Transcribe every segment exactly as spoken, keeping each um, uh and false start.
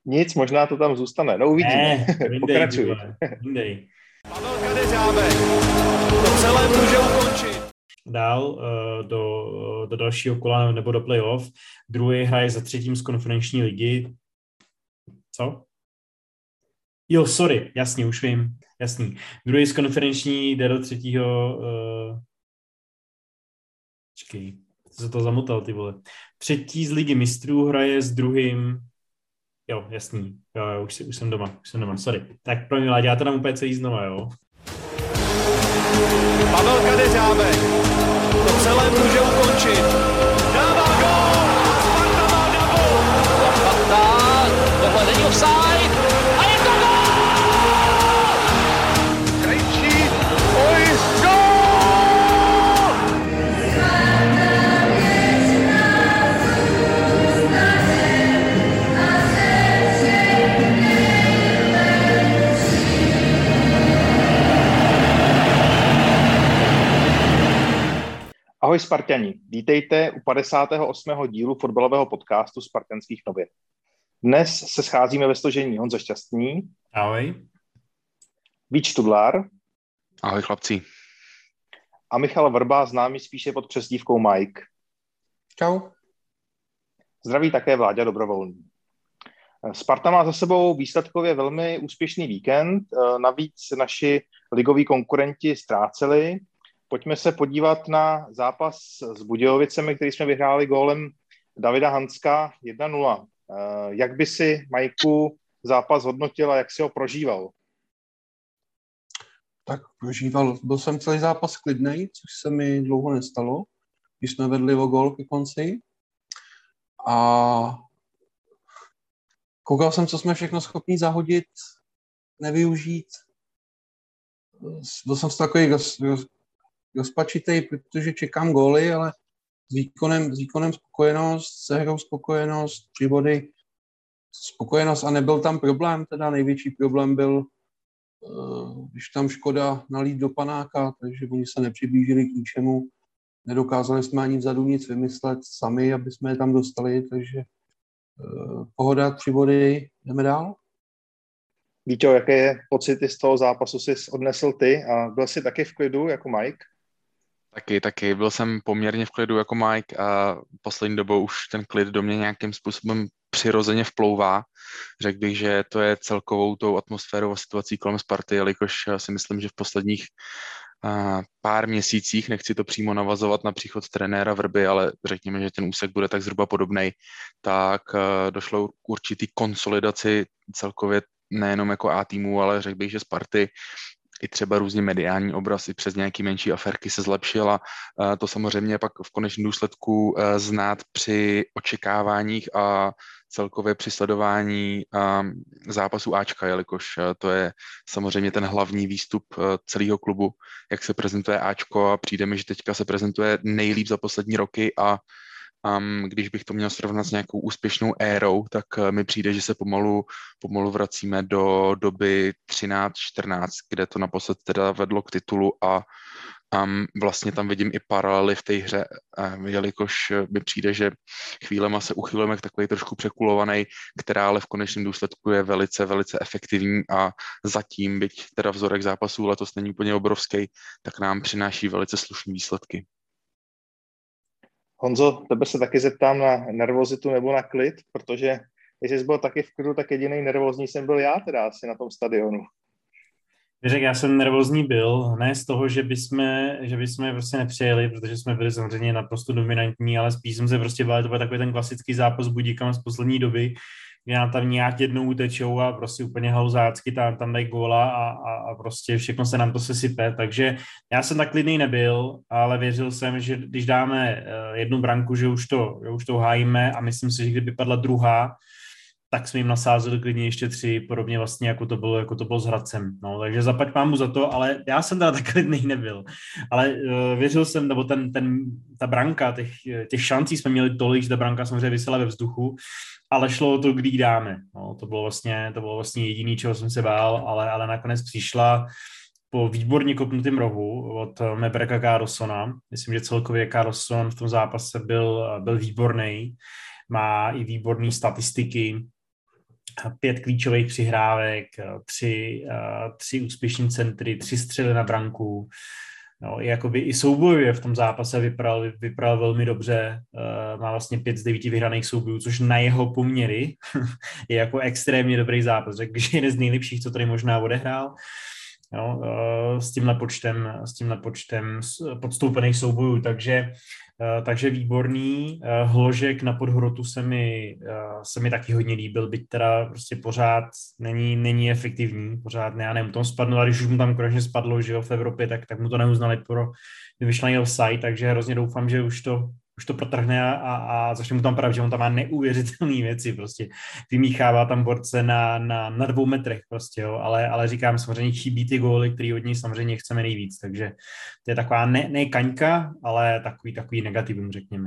Nic, možná to tam zůstane. No uvidíme. Ne, vyndej, Pokračuj. vyndej. Pavel Kadeřábek to celé může ukončit. Dál uh, do, do dalšího kola nebo do playoff. Druhý hraje za třetím z konferenční ligy. Co? Jo, sorry, jasný, už vím. Jasný. Druhý z konferenční jde do třetího... Uh... Čekej, se to zamotal, ty vole. Třetí z ligy mistrů hraje s druhým... Jo, jasný. Jo, jo, už, už jsem doma, už jsem doma, sorry. Tak pro mě, já to dám úplně celý znova, jo. Pavel Kadeřábek to celé může ukončit. Dává gól! Sparta má double! Sparta, tohle není offside! A je to gól! Krejčí, oj, gól! Ahoj Sparťani, vítejte u padesátého osmého dílu fotbalového podcastu Spartanských novin. Dnes se scházíme ve složení Honza Šťastný. Ahoj. Vít Študlár. Ahoj chlapci. A Michal Vrba, známý spíše pod přezdívkou Mike. Čau. Zdraví také Vláďa Dobrovolný. Sparta má za sebou výsledkově velmi úspěšný víkend, navíc naši ligoví konkurenti ztráceli. Pojďme se podívat na zápas s Budějovicemi, který jsme vyhráli gólem Davida Hanska jedna nula. Jak by si, Majku, zápas hodnotil a jak si ho prožíval? Tak prožíval. Byl jsem celý zápas klidnej, což se mi dlouho nestalo, když jsme vedli o gól ke konci. A koukal jsem, co jsme všechno schopni zahodit, nevyužít. Byl jsem z takový roz, roz, rozpačitej, protože čekám góly, ale s výkonem, s výkonem spokojenost, se hrou spokojenost, tři body spokojenost a nebyl tam problém, teda největší problém byl, když tam Škoda nalít do panáka, takže oni se nepřiblížili k ničemu, nedokázali jsme ani vzadu nic vymyslet sami, aby jsme je tam dostali, takže pohoda, tři body, jdeme dál. Víťo, jaké pocity z toho zápasu jsi odnesl ty a byl jsi taky v klidu jako Mike? Taky, taky. Byl jsem poměrně v klidu jako Mike a poslední dobou už ten klid do mě nějakým způsobem přirozeně vplouvá. Řekl bych, že to je celkovou tou atmosférou a situací kolem Sparty, jelikož si myslím, že v posledních uh, pár měsících, nechci to přímo navazovat na příchod trenéra Vrby, ale řekněme, že ten úsek bude tak zhruba podobnej, tak uh, došlo k určitý konsolidaci celkově nejenom jako A týmu, ale řekl bych, že Sparty i třeba různě mediální obraz i přes nějaký menší aférky se zlepšila. To samozřejmě pak v konečném důsledku znát při očekáváních a celkově při sledování zápasu Ačka, jelikož to je samozřejmě ten hlavní výstup celého klubu, jak se prezentuje Ačko a přijde mi, že teďka se prezentuje nejlíp za poslední roky a Um, když bych to měl srovnat s nějakou úspěšnou érou, tak uh, mi přijde, že se pomalu, pomalu vracíme do doby třináct čtrnáct, kde to naposled teda vedlo k titulu a um, vlastně tam vidím i paralely v té hře, uh, jelikož mi přijde, že chvílema se uchylujeme k takový trošku překulovaný, která ale v konečném důsledku je velice, velice efektivní a zatím, byť teda vzorek zápasů letos není úplně obrovský, tak nám přináší velice slušné výsledky. Honzo, tebe se taky zeptám na nervozitu nebo na klid, protože jestli jsi byl taky v klidu, tak jediný nervózní jsem byl já teda asi na tom stadionu. Řek, já jsem nervózní byl, ne z toho, že bychom, že bychom prostě nepřijeli, protože jsme byli samozřejmě naprosto dominantní, ale spíš jsem se prostě bál, to byl takový ten klasický zápas s Budíkama z poslední doby, kdy nám tam nějak jednou utečou a prostě úplně haluzácky tam, tam dají góla a, a, a prostě všechno se nám to sesype, takže já jsem tak klidný nebyl, ale věřil jsem, že když dáme jednu branku, že už to, že už to hájíme a myslím si, že kdyby padla druhá, tak jsme jim nasázeli klidně ještě tři, podobně vlastně, jako to bylo, jako to bylo s Hradcem. No, takže zaplať mámu za to, ale já jsem teda tak klidný nebyl. Ale uh, věřil jsem, nebo ten, ten, ta branka, těch, těch šancí jsme měli tolik, že ta branka samozřejmě visela ve vzduchu, ale šlo o to, kdy ji dáme. No, to bylo vlastně, to bylo vlastně jediný, čeho jsem se bál, ale, ale nakonec přišla po výborně kopnutém rohu od Mebreka Carlsona. Myslím, že celkově Carlson v tom zápase byl, byl výborný. Má i výborné statistiky. pět klíčových přihrávek, tři, tři úspěšní centry, tři střely na branku. No, jakoby i soubojuje v tom zápase vypadal, vypadal velmi dobře. Má vlastně pět z devíti vyhraných soubojů, což na jeho poměry je jako extrémně dobrý zápas. Řekl bych, že jeden z nejlepších, co tady možná odehrál. No, s tímhle počtem, s tímhle počtem podstoupených soubojů, takže, takže výborný. Hložek na Podhrotu se mi, se mi taky hodně líbil, byť teda prostě pořád není, není efektivní, pořád ne, já nevím, tomu spadlo, a když už mu tam konečně spadlo, že jo, v Evropě, tak, tak mu to neuznali pro vyšlený offside, takže hrozně doufám, že už to už to protrhne a, a začne mu tam pravit, že on tam má neuvěřitelné věci, prostě vymíchává tam borce na, na, na dvou metrech prostě, jo, ale, ale říkám, samozřejmě chybí ty góly, který od něj samozřejmě chceme nejvíc, takže to je taková ne, ne kaňka, ale takový, takový negativum, řekněme.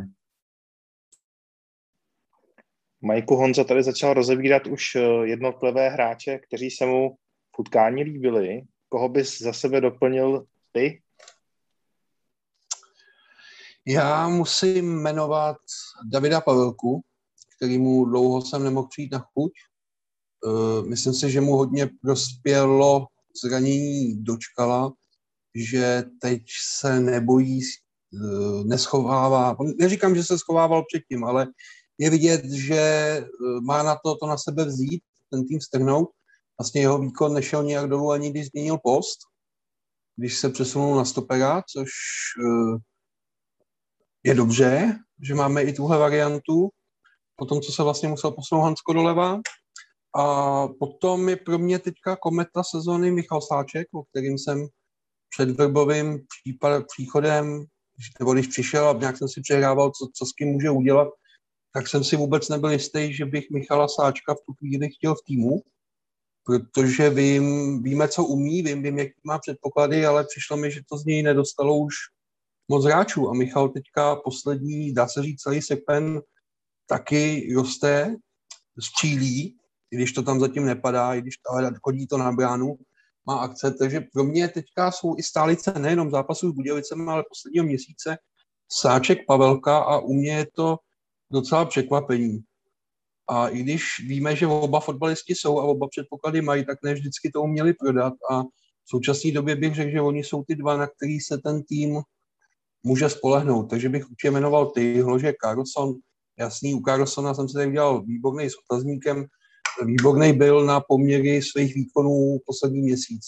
Majku, Honza tady začal rozebírat už jednotlivé hráče, kteří se mu v utkání líbili. Koho bys za sebe doplnil ty? Já musím jmenovat Davida Pavelku, kterýmu dlouho jsem nemohl přijít na chuť. Myslím si, že mu hodně prospělo zranění Dočkala, že teď se nebojí, neschovává. Neříkám, že se schovával předtím, ale je vidět, že má na to, to na sebe vzít, ten tým strhnout. Vlastně jeho výkon nešel nějak dolů, ani když změnil post, když se přesunul na stopera, což je dobře, že máme i tuhle variantu, po tom, co se vlastně musel posunout Hansko doleva. A potom je pro mě teďka kometa sezóny Michal Sáček, o kterým jsem před Vrbovým případ, příchodem, nebo když přišel a nějak jsem si přehrával, co, co s kým může udělat, tak jsem si vůbec nebyl jistý, že bych Michala Sáčka v tu chvíli chtěl v týmu, protože vím, víme, co umí, vím, vím, jaký má předpoklady, ale přišlo mi, že to z něj nedostalo už moc hráčů. A Michal teďka poslední, dá se říct, celý srpen taky roste, střílí, i když to tam zatím nepadá, i když chodí to na bránu, má akce, takže pro mě teďka jsou i stálice nejenom zápasů s Budějovicemi, ale posledního měsíce Sáček, Pavelka a u mě je to docela překvapení. A i když víme, že oba fotbalisti jsou a oba předpoklady mají, tak ne vždycky to uměli prodat a v současné době bych řekl, že oni jsou ty dva, na který se ten tým může spolehnout. Takže bych určitě jmenoval ty, Hložek, Karlsson. Jasný, u Karlssona jsem se tady udělal výborný s otazníkem. Výborný byl na poměry svých výkonů poslední měsíc.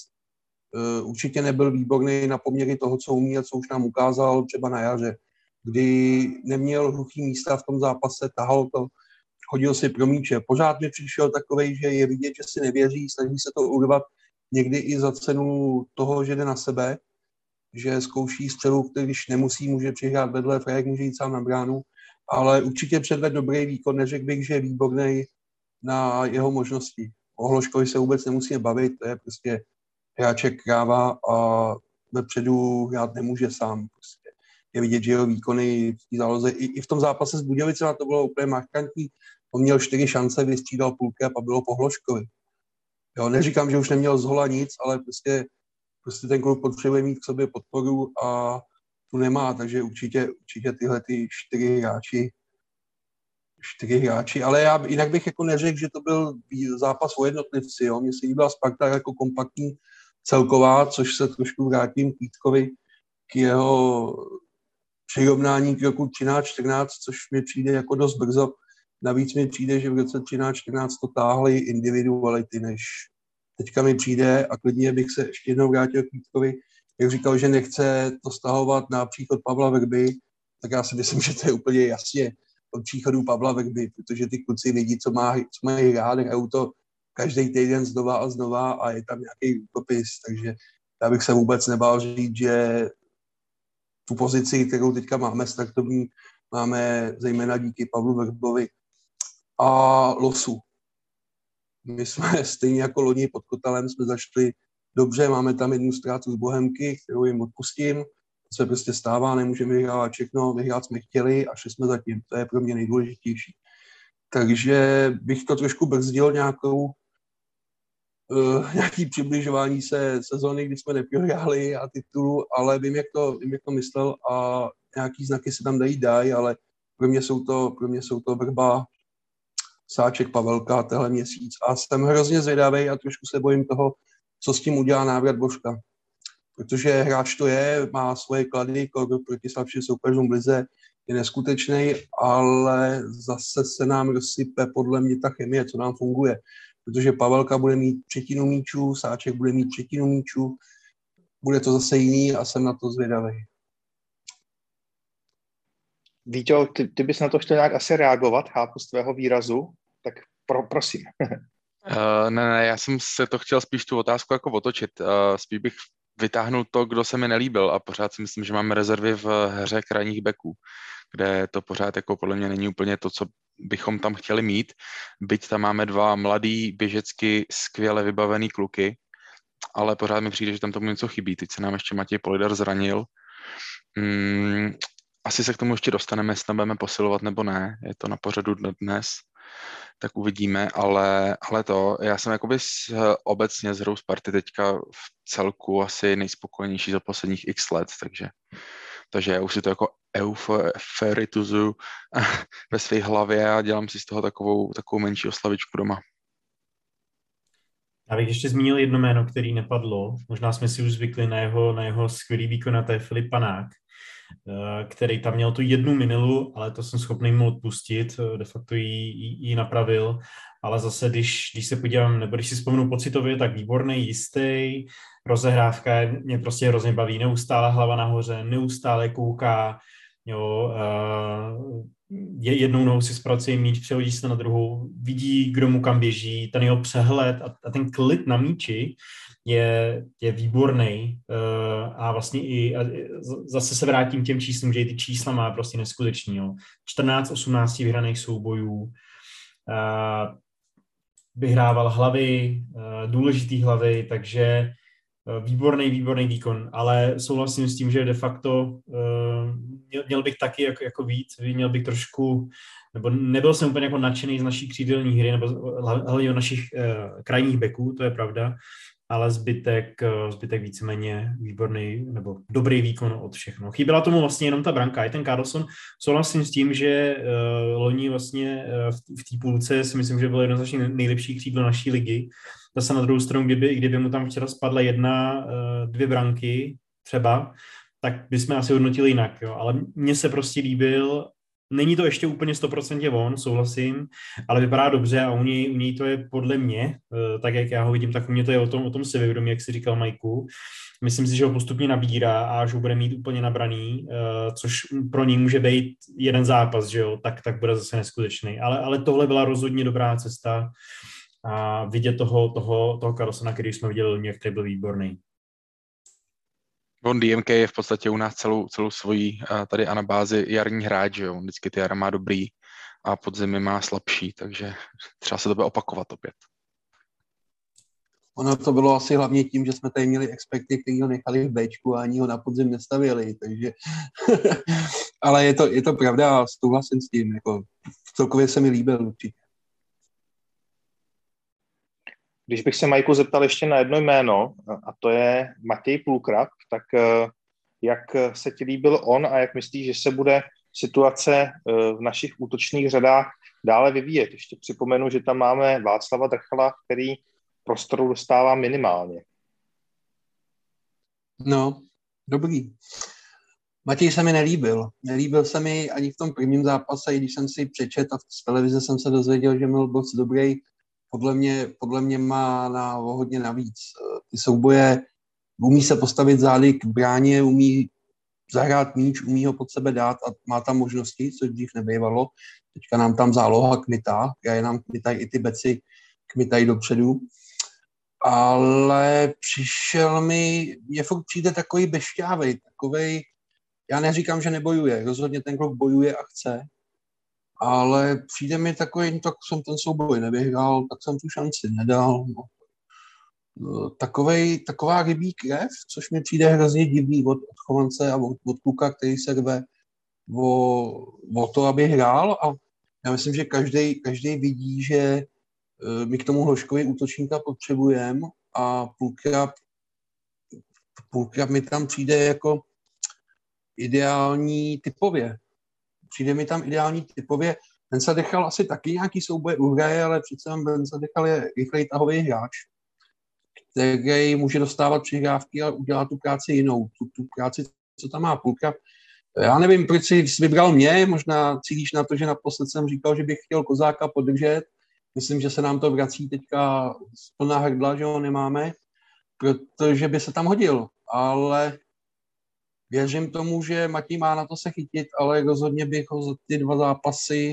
Určitě nebyl výborný na poměry toho, co umí a co už nám ukázal třeba na jaře, kdy neměl hluchý místa v tom zápase, tahal to, chodil si pro míče. Pořád mi přišel takovej, že je vidět, že si nevěří, snaží se to urvat někdy i za cenu toho, že jde na sebe, že zkouší střelu, který když nemusí, může přihrát vedle, Frejek může jít sám na bránu, ale určitě předved dobrý výkon, neřekl bych, že je výborný na jeho možnosti. O Hložkovi se vůbec nemusíme bavit, to je prostě hráček kráva a vepředu hrát nemůže sám. Prostě je vidět, že jeho výkony v té záloze, i, i v tom zápase s Budějovicemi to bylo úplně markantní. On měl čtyři šance, vystřídal půlky a pak bylo po Hložkovi. Jo, neříkám, že už neměl z hola nic, ale prostě, prostě ten klub potřebuje mít k sobě podporu a tu nemá, takže určitě, určitě tyhle ty čtyři hráči čtyři hráči, ale já jinak bych jako neřekl, že to byl zápas o jednotlivci, jo. Mně se líbila Sparta jako kompaktní celková, což se trošku vrátím k Vítkovi, k jeho přirovnání k roku třináct čtrnáct, což mi přijde jako dost brzo. Navíc mi přijde, že v roce třináct čtrnáct to táhly individuality, než teďka mi přijde, a klidně bych se ještě jednou vrátil k Vítkovi, jak říkal, že nechce to stahovat na příchod Pavla Vrby, tak já si myslím, že to je úplně jasně od příchodu Pavla Vrby, protože ty kluci vědí, co, má, co mají rád, hrajou to každý týden znova a znova a je tam nějaký rukopis, takže já bych se vůbec nebál říct, že tu pozici, kterou teďka máme startovní, máme zejména díky Pavlu Vrbovi a Losu. My jsme stejně jako loni pod Kotelem jsme začali dobře, máme tam jednu ztrátu z Bohemky, kterou jim odpustím, to se prostě stává, nemůžeme vyhrávat všechno, vyhrát jsme chtěli a šli jsme zatím, to je pro mě nejdůležitější. Takže bych to trošku brzdil nějakou, uh, nějaký přibližování se sezóny, kdy jsme neprohráli a titulu, ale vím, jak to, vím, jak to myslel a nějaký znaky se tam dají dají, ale pro mě jsou to, pro mě jsou to Vrba, Sáček, Pavelka tenhle měsíc. A jsem hrozně zvědavý a trošku se bojím toho, co s tím udělá návrat Božka. Protože hráč to je, má svoje klady, kor proti slabším soupeřům v lize je neskutečný, ale zase se nám rozsype podle mě ta chemie, co nám funguje. Protože Pavelka bude mít třetinu míčů, Sáček bude mít třetinu míčů, bude to zase jiný a jsem na to zvědavý. Víťo, ty, ty bys na to chtěl nějak asi reagovat, chápu z tvého výrazu, tak pro, prosím. Uh, ne, ne, já jsem se to chtěl spíš tu otázku jako otočit. Uh, spíš bych vytáhnul to, kdo se mi nelíbil a pořád si myslím, že máme rezervy v hře krajních beků, kde to pořád jako podle mě není úplně to, co bychom tam chtěli mít. Byť tam máme dva mladý, běžecky skvěle vybavený kluky, ale pořád mi přijde, že tam tomu něco chybí. Teď se nám ještě Matěj Polidar zranil. Hmm, asi se k tomu ještě dostaneme, jestli tam budeme posilovat nebo ne. Je to na pořadu dnes, tak uvidíme, ale, ale to, já jsem jakoby s, obecně s hrou Sparty teďka v celku asi nejspokojenější za posledních x let, takže, takže já už si to jako euferituzu ve své hlavě a dělám si z toho takovou, takovou menší oslavičku doma. Já bych ještě zmínil jedno jméno, který nepadlo. Možná jsme si už zvykli na jeho, na jeho skvělý výkon, a to je Filip Panák, který tam měl tu jednu minulu, ale to jsem schopný mu odpustit, de facto ji, ji napravil, ale zase, když, když se podívám, nebo když si vzpomenu pocitově, tak výborný, jistý, rozehrávka mě prostě hrozně baví, neustále hlava nahoře, neustále kouká, jo, je, jednou nohou si zpracuje míč, přehodí se na druhou, vidí, kdo mu kam běží, ten jeho přehled a, a ten klid na míči je, je výborný uh, a vlastně i a zase se vrátím k těm číslům, že i ty čísla má prostě neskutečný. Jo. čtrnáct osmnáct vyhraných soubojů, uh, vyhrával hlavy, uh, důležitý hlavy, takže uh, výborný, výborný výkon, ale souhlasím s tím, že de facto uh, měl, měl bych taky jako, jako víc, měl bych trošku, nebo nebyl jsem úplně jako nadšený z naší křídelní hry, nebo hlavně od našich uh, krajních beků, to je pravda, ale zbytek, zbytek víceméně výborný nebo dobrý výkon od všechno. Chyběla tomu vlastně jenom ta branka. I ten Carlson, souhlasím s tím, že uh, loni vlastně uh, v té půlce si myslím, že byl jednoznačně nejlepší křídlo naší ligy. Zase na druhou stranu, kdyby, kdyby mu tam včera spadla jedna, uh, dvě branky třeba, tak bychom asi hodnotili jinak. Jo. Ale mně se prostě líbil. Není to ještě úplně sto procent on, souhlasím, ale vypadá dobře a u něj, u něj to je podle mě, tak jak já ho vidím, tak u mě to je o tom, o tom sebevědomí, jak si říkal Majku. Myslím si, že ho postupně nabírá a až ho bude mít úplně nabraný, což pro něj může být jeden zápas, že jo, tak, tak bude zase neskutečný. Ale, ale tohle byla rozhodně dobrá cesta a vidět toho, toho, toho Carlsona, který jsme viděli, jak byl výborný. On D M K je v podstatě u nás celou, celou svojí tady anabázi jarní hráč, že jo, vždycky ty jara má dobrý a podzimy má slabší, takže třeba se to bude opakovat opět. Ono to bylo asi hlavně tím, že jsme tady měli experty, kteří ho nechali v Bčku a ani ho na podzim nestavili, takže ale je to, je to pravda a souhlasím s tím, jako celkově se mi líbil určitě. Když bych se Majku zeptal ještě na jedno jméno, a to je Matěj Půlkrab, tak jak se ti líbil on a jak myslíš, že se bude situace v našich útočných řadách dále vyvíjet? Ještě připomenu, že tam máme Václava Drchala, který prostoru dostává minimálně. No, dobrý. Matěj se mi nelíbil. Nelíbil se mi ani v tom prvním zápase, i když jsem si přečetl a z televize jsem se dozvěděl, že měl box dobrý. Podle mě, podle mě má na hodně navíc. Ty souboje, umí se postavit zády k bráně, umí zahrát míč, umí ho pod sebe dát a má tam možnosti, což dřív nebývalo. Teďka nám tam záloha kmitá, já nám kmitají i ty beci, kmitají dopředu. Ale přišel mi, mě furt přijde takový bešťávej, takovej, já neříkám, že nebojuje, rozhodně ten kluk bojuje a chce, ale přijde mi takový, tak jsem ten souboj nevyhrál, tak jsem tu šanci nedal. No. Takovej, taková rybí krev, což mi přijde hrozně divný od, od Chovance a od, od kluka, který se rve o, o to, aby hrál. A já myslím, že každý každý vidí, že my k tomu Hloškovi útočníka potřebujeme a Půlkrab, Půlkrab mi tam přijde jako ideální typově. Přijde mi tam ideální typově. Ben Sadechal asi taky nějaký souboje uhraje, ale přece Ben Sadechal je rychlej tahový hráč, který může dostávat přihrávky a udělat tu práci jinou. Tu, tu práci, co tam má Půlka. Já nevím, proč jsi vybral mě, možná cílíš na to, že naposled jsem říkal, že bych chtěl Kozáka podržet. Myslím, že se nám to vrací teďka z plná hrdla, že ho nemáme, protože by se tam hodil. Ale věřím tomu, že Matěj má na to se chytit, ale rozhodně bych ho za ty dva zápasy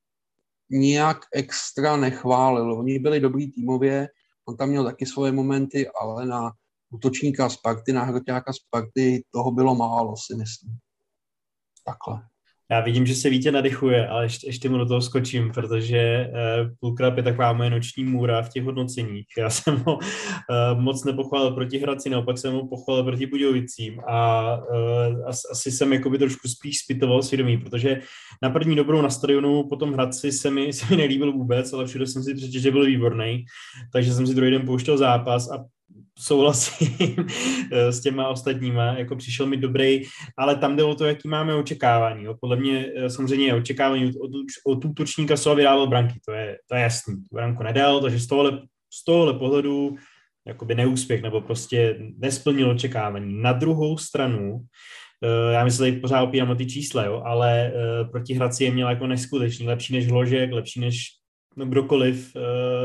nijak extra nechválil. Oni byli dobrý týmově, on tam měl taky svoje momenty, ale na útočníka Sparty, na hroťáka Sparty toho bylo málo, si myslím. Takhle. Já vidím, že se Vítě nadechuje, ale ještě, ještě mu do toho skočím, protože uh, Půlkrab je taková moje noční můra v těch hodnoceních. Já jsem ho uh, moc nepochválil proti Hradci, naopak jsem ho pochválil proti Budějovicím a uh, as, asi jsem jakoby trošku spíš zpytoval svědomí, protože na první dobrou na stadionu potom Hradci se mi, se mi nelíbil vůbec, ale všude jsem si přečetl, že byl výborný, takže jsem si druhý den pouštěl zápas a souhlasím s těma ostatníma, jako přišel mi dobrý, ale tam jde o to, jaký máme očekávání. Jo. Podle mě samozřejmě je očekávání od, od útočníka Sova vydával branky, to je, to je jasný. Tu branku nedal, takže z tohohle, z tohohle pohledu jakoby neúspěch, nebo prostě nesplnil očekávání. Na druhou stranu, já myslím, že pořád opírám o ty čísla, jo, ale proti Hradci je měl jako neskutečný, lepší než Hložek, lepší než no, kdokoliv,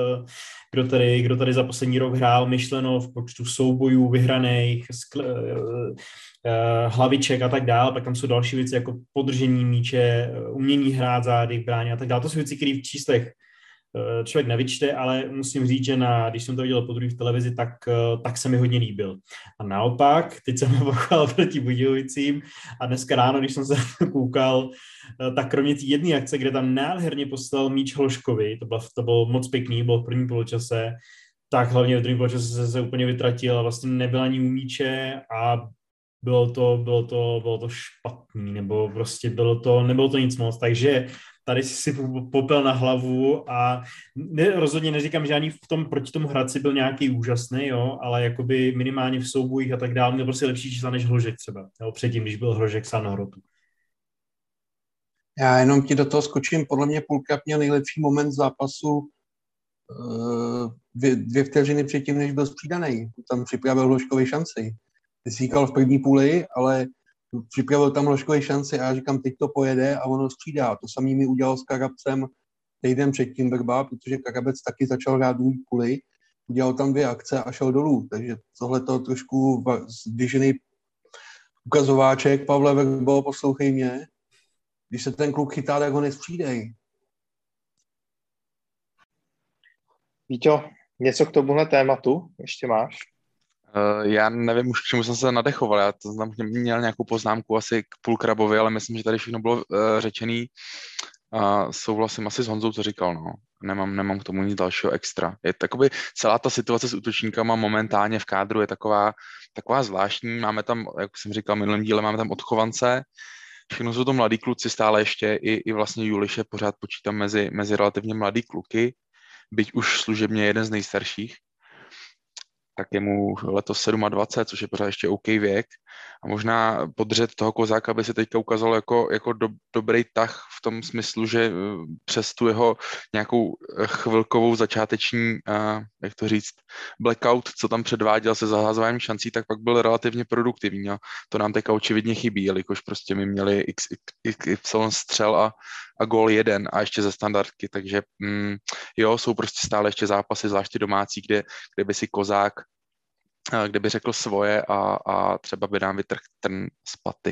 kdo tady, kdo tady za poslední rok hrál myšleno v počtu soubojů vyhraných, skl- hlaviček a tak dále, pak tam jsou další věci jako podržení míče, umění hrát zády v bráně a tak dále. To jsou věci, které v číslech člověk nevyčte, ale musím říct, že na, když jsem to viděl podruhé v televizi, tak, tak se mi hodně líbil. A naopak, teď jsem ho pochválil proti Budějovicím a dneska ráno, když jsem se koukal, tak kromě té jedné akce, kde tam nádherně poslal míč Hloškovi, to bylo, to bylo moc pěkný, bylo v prvním poločase, tak hlavně v druhém poločase se, se úplně vytratil a vlastně nebyl ani u míče a bylo to, bylo to, bylo to špatný, nebo prostě bylo to, nebylo to nic moc, takže tady si popel na hlavu a ne, rozhodně neříkám, že ani v tom, proti tomu Hradci byl nějaký úžasný, jo, ale jakoby minimálně v soubojích a tak dále měl prostě lepší čísla než Hložek třeba, jo, předtím, když byl Hložek sám na hrotu. Já jenom ti do toho skočím, podle mě Půlkrab měl nejlepší moment zápasu dvě, dvě vteřiny předtím, než byl střídaný. Tam připravil Hložkovi šanci. Ty jsi říkal v první půli, ale připravil tam Hložkovi šanci a já říkám, teď to pojede a ono střídá. To samý mi udělal s Karabcem týden předtím Vrba, protože Karabec taky začal hrát druhý půli, udělal tam dvě akce a šel dolů. Takže tohle to trošku zdvižený ukazováček. Pavle Vrbo, poslouchej mě. Když se ten kluk chytá, tak ho nestřídej. Víťo, něco k tomuhle tématu ještě máš? Uh, já nevím už, k čemu jsem se nadechoval. Já to znám, měl nějakou poznámku asi k Půlkrabovi, ale myslím, že tady všechno bylo uh, řečený. Uh, souhlasím asi s Honzou, co říkal. No. Nemám, nemám k tomu nic dalšího extra. Je takoby celá ta situace s útočníkama momentálně v kádru je taková, taková zvláštní. Máme tam, jak jsem říkal v minulém díle, máme tam odchovance. Všechno jsou to mladí kluci stále ještě, i, i vlastně Juliše pořád počítám mezi, mezi relativně mladý kluky, byť už služebně jeden z nejstarších, tak je mu letos dvacet sedm, což je pořád ještě OK věk. A možná podřet toho Kozáka by se teďka ukázalo jako, jako do, dobrý tah v tom smyslu, že přes tu jeho nějakou chvilkovou začáteční, uh, jak to říct, blackout, co tam předváděl se zaházováním šancí, tak pak byl relativně produktivní. A to nám teďka očividně chybí, jelikož prostě my měli x y střel a, a gól jeden a ještě ze standardky, takže mm, jo, jsou prostě stále ještě zápasy, zvláště domácí, kde, kde by si Kozák kde by řekl svoje a, a třeba by nám vytrhl ten z paty.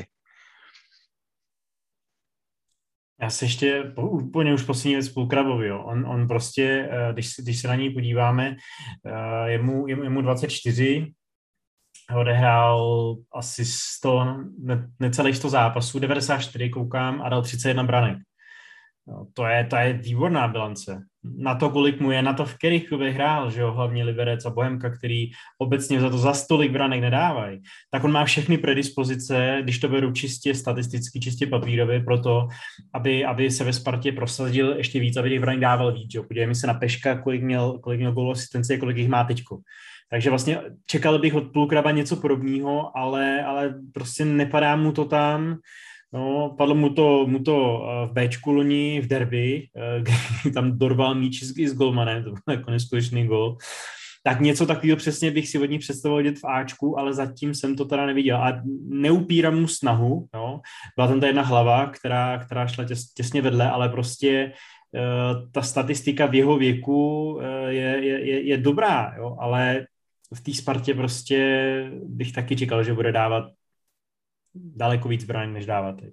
Já se ještě úplně už poslední věc Půlkrabovi, jo. On, on prostě, když, když se na něj podíváme, je mu, je mu dvacet čtyři, odehrál asi sto, ne, necelých sto zápasů, devadesát čtyři koukám a dal třicet jedna branek. No, to, je, to je výborná bilance. Na to, kolik mu je, na to, v kterých klubech hrál, že jo, hlavně Liberec a Bohemka, který obecně za to za stolik branek nedávají, tak on má všechny predispozice, když to beru čistě statisticky, čistě papírově, pro to, aby, aby se ve Spartě prosadil ještě víc, aby těch branek dával víc. Jo. Podívejme se na Peška, kolik měl, kolik měl gólů asistence a kolik jich má teďko. Takže vlastně čekal bych od Půlkraba něco podobného, ale, ale prostě nepadá mu to tam. No, padlo mu to, mu to v Bčku loni v derby, kdy tam dorval míč i s golmanem, to byl jako neskutečný gol. Tak něco takového přesně bych si od ní představoval vidět v Ačku, ale zatím jsem to teda neviděl. A neupírám mu snahu, jo. Byla tam ta jedna hlava, která, která šla těs, těsně vedle, ale prostě uh, ta statistika v jeho věku uh, je, je, je dobrá, jo, ale v té Spartě prostě bych taky čekal, že bude dávat daleko víc braň, než dává teď.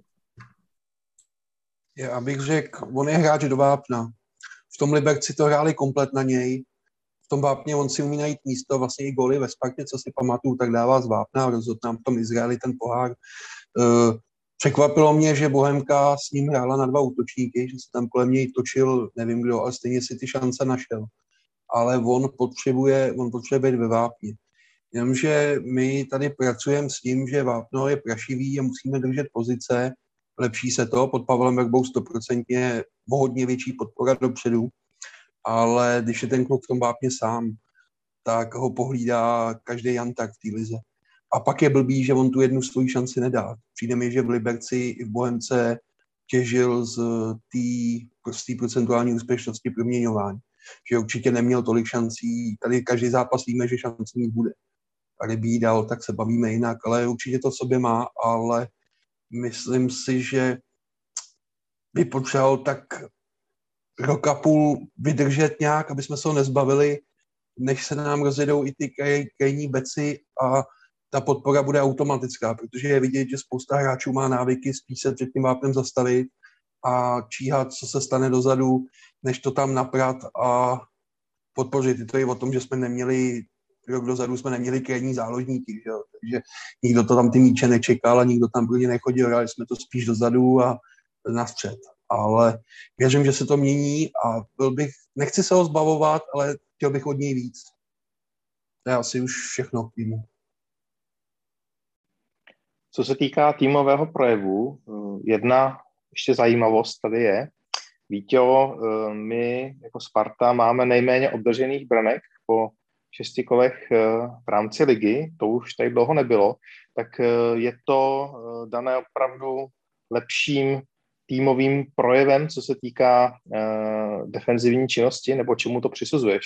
Já bych řekl, on je hráč do vápna. V tom Liberci to hráli komplet na něj. V tom vápně on si umí najít místo, vlastně i góly ve Spartě, co si pamatuju, tak dává z vápna a rozhodl nám v tom Izraeli ten pohár. Překvapilo mě, že Bohemka s ním hrála na dva útočníky, že se tam kolem něj točil, nevím kdo, ale stejně si ty šance našel. Ale on potřebuje, on potřebuje být ve vápně. Jenomže my tady pracujeme s tím, že vápno je prašivý a musíme držet pozice. Lepší se to, pod Pavlem Verbou stoprocentně hodně větší podpora dopředu, ale když je ten kluk v tom vápně sám, tak ho pohlídá každý jantak v té lize. A pak je blbý, že on tu jednu svoji šanci nedá. Přijde mi, že v Liberci i v Bohemce těžil z té procentuální úspěšnosti proměňování. Že určitě neměl tolik šancí. Tady každý zápas víme, že šance mít bude. A kdyby jí dal, tak se bavíme jinak, ale určitě to v sobě má, ale myslím si, že by potřeboval tak rok a půl vydržet nějak, aby jsme se ho nezbavili, než se nám rozjedou i ty kraj, krajní beci a ta podpora bude automatická, protože je vidět, že spousta hráčů má návyky spíš se před tím vápnem zastavit a číhat, co se stane dozadu, než to tam naprat a podpořit. Je to i o tom, že jsme neměli, rok dozadu jsme neměli krajní záložníky, že jo? Takže nikdo to tam ty míče nečekal a nikdo tam pro ně nechodil, hráli jsme to spíš dozadu a na střed. Ale věřím, že se to mění a byl bych, nechci se ho zbavovat, ale chtěl bych od něj víc. To je asi už všechno k týmu. Co se týká týmového projevu, jedna ještě zajímavost tady je. Víťo, my jako Sparta máme nejméně obdržených branek po šesti kolech v rámci ligy, to už tady dlouho nebylo, tak je to dané opravdu lepším týmovým projevem, co se týká uh, defenzivní činnosti, nebo čemu to přisuzuješ?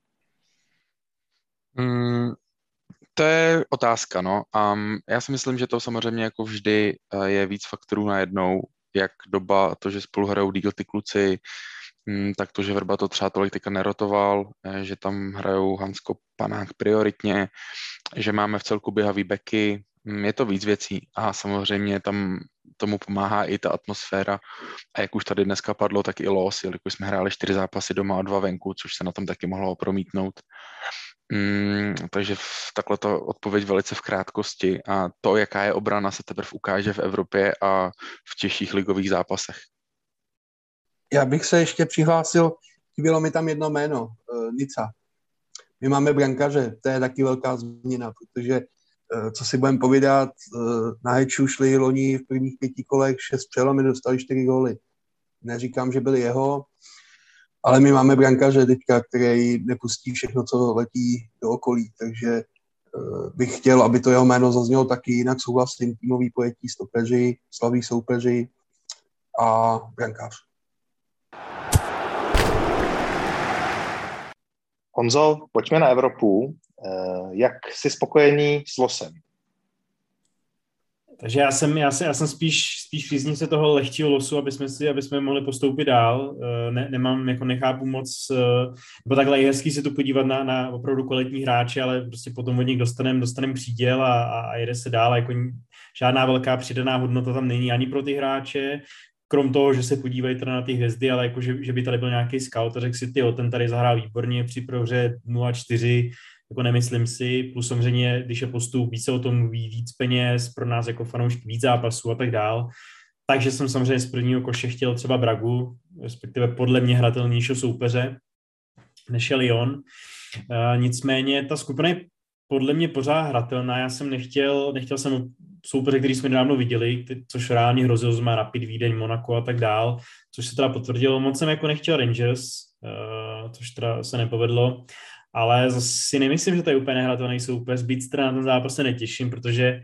Mm, to je otázka, no. Um, já si myslím, že to samozřejmě jako vždy uh, je víc faktorů najednou, jak doba, to, že spolu hrajou díl ty kluci, um, tak to, že Vrba to třeba tolik teďka nerotoval, že tam hrajou Hansko, Panák prioritně, že máme v celku běhavý beky, um, je to víc věcí a samozřejmě tam tomu pomáhá i ta atmosféra a jak už tady dneska padlo, tak i los, jelikož jsme hráli čtyři zápasy doma a dva venku, což se na tom taky mohlo promítnout. Mm, takže takhle to odpověď velice v krátkosti a to, jaká je obrana, se teprve ukáže v Evropě a v těžších ligových zápasech. Já bych se ještě přihlásil, chybělo mi tam jedno jméno, uh, Nica. My máme brankaře, to je taky velká změna, protože co si budeme povídat, na Heču šli loni v prvních pěti kolech šest přelomy, dostali čtyři góly. Neříkám, že byli jeho, ale my máme brankaře teďka, který nepustí všechno, co letí do okolí, takže bych chtěl, aby to jeho jméno zaznělo taky, jinak souhlasím, týmový pojetí, stopeři, slaví soupeři a brankář. Honzo, pojďme na Evropu. Jak jsi spokojený s losem? Takže já jsem, já jsem, já jsem spíš, spíš příznivce toho lehčího losu, aby jsme si, aby jsme mohli postoupit dál. Ne, nemám, jako nechápu moc, nebo takhle je hezký se tu podívat na, na opravdu kvalitní hráče, ale prostě potom od nich dostaneme dostanem příděl a, a jede se dál. Jako žádná velká přidaná hodnota tam není ani pro ty hráče, krom toho, že se podívají teda na ty hvězdy, ale jako, že, že by tady byl nějaký scout a řekl si, tyjo, ten tady zahrál výborně při prohře nula čtyři, jako nemyslím si, plus samozřejmě, když je postup, víc se o tom mluví, víc peněz, pro nás jako fanoušky víc zápasů a tak dál. Takže jsem samozřejmě z prvního koše chtěl třeba Bragu, respektive podle mě hratelnějšího soupeře, než je Lyon. Uh, nicméně ta skupina je podle mě pořád hratelná. Já jsem nechtěl, nechtěl jsem soupeře, který jsme nedávno viděli, což reálně hrozilo, že má Rapid Vídeň, Monaco a tak dál, což se teda potvrdilo. Moc jsem jako nechtěl Rangers, uh, což teda se nepovedlo. Ale zase si nemyslím, že to je úplně nehratelný soupeř, byť teda na ten zápas se netěším, protože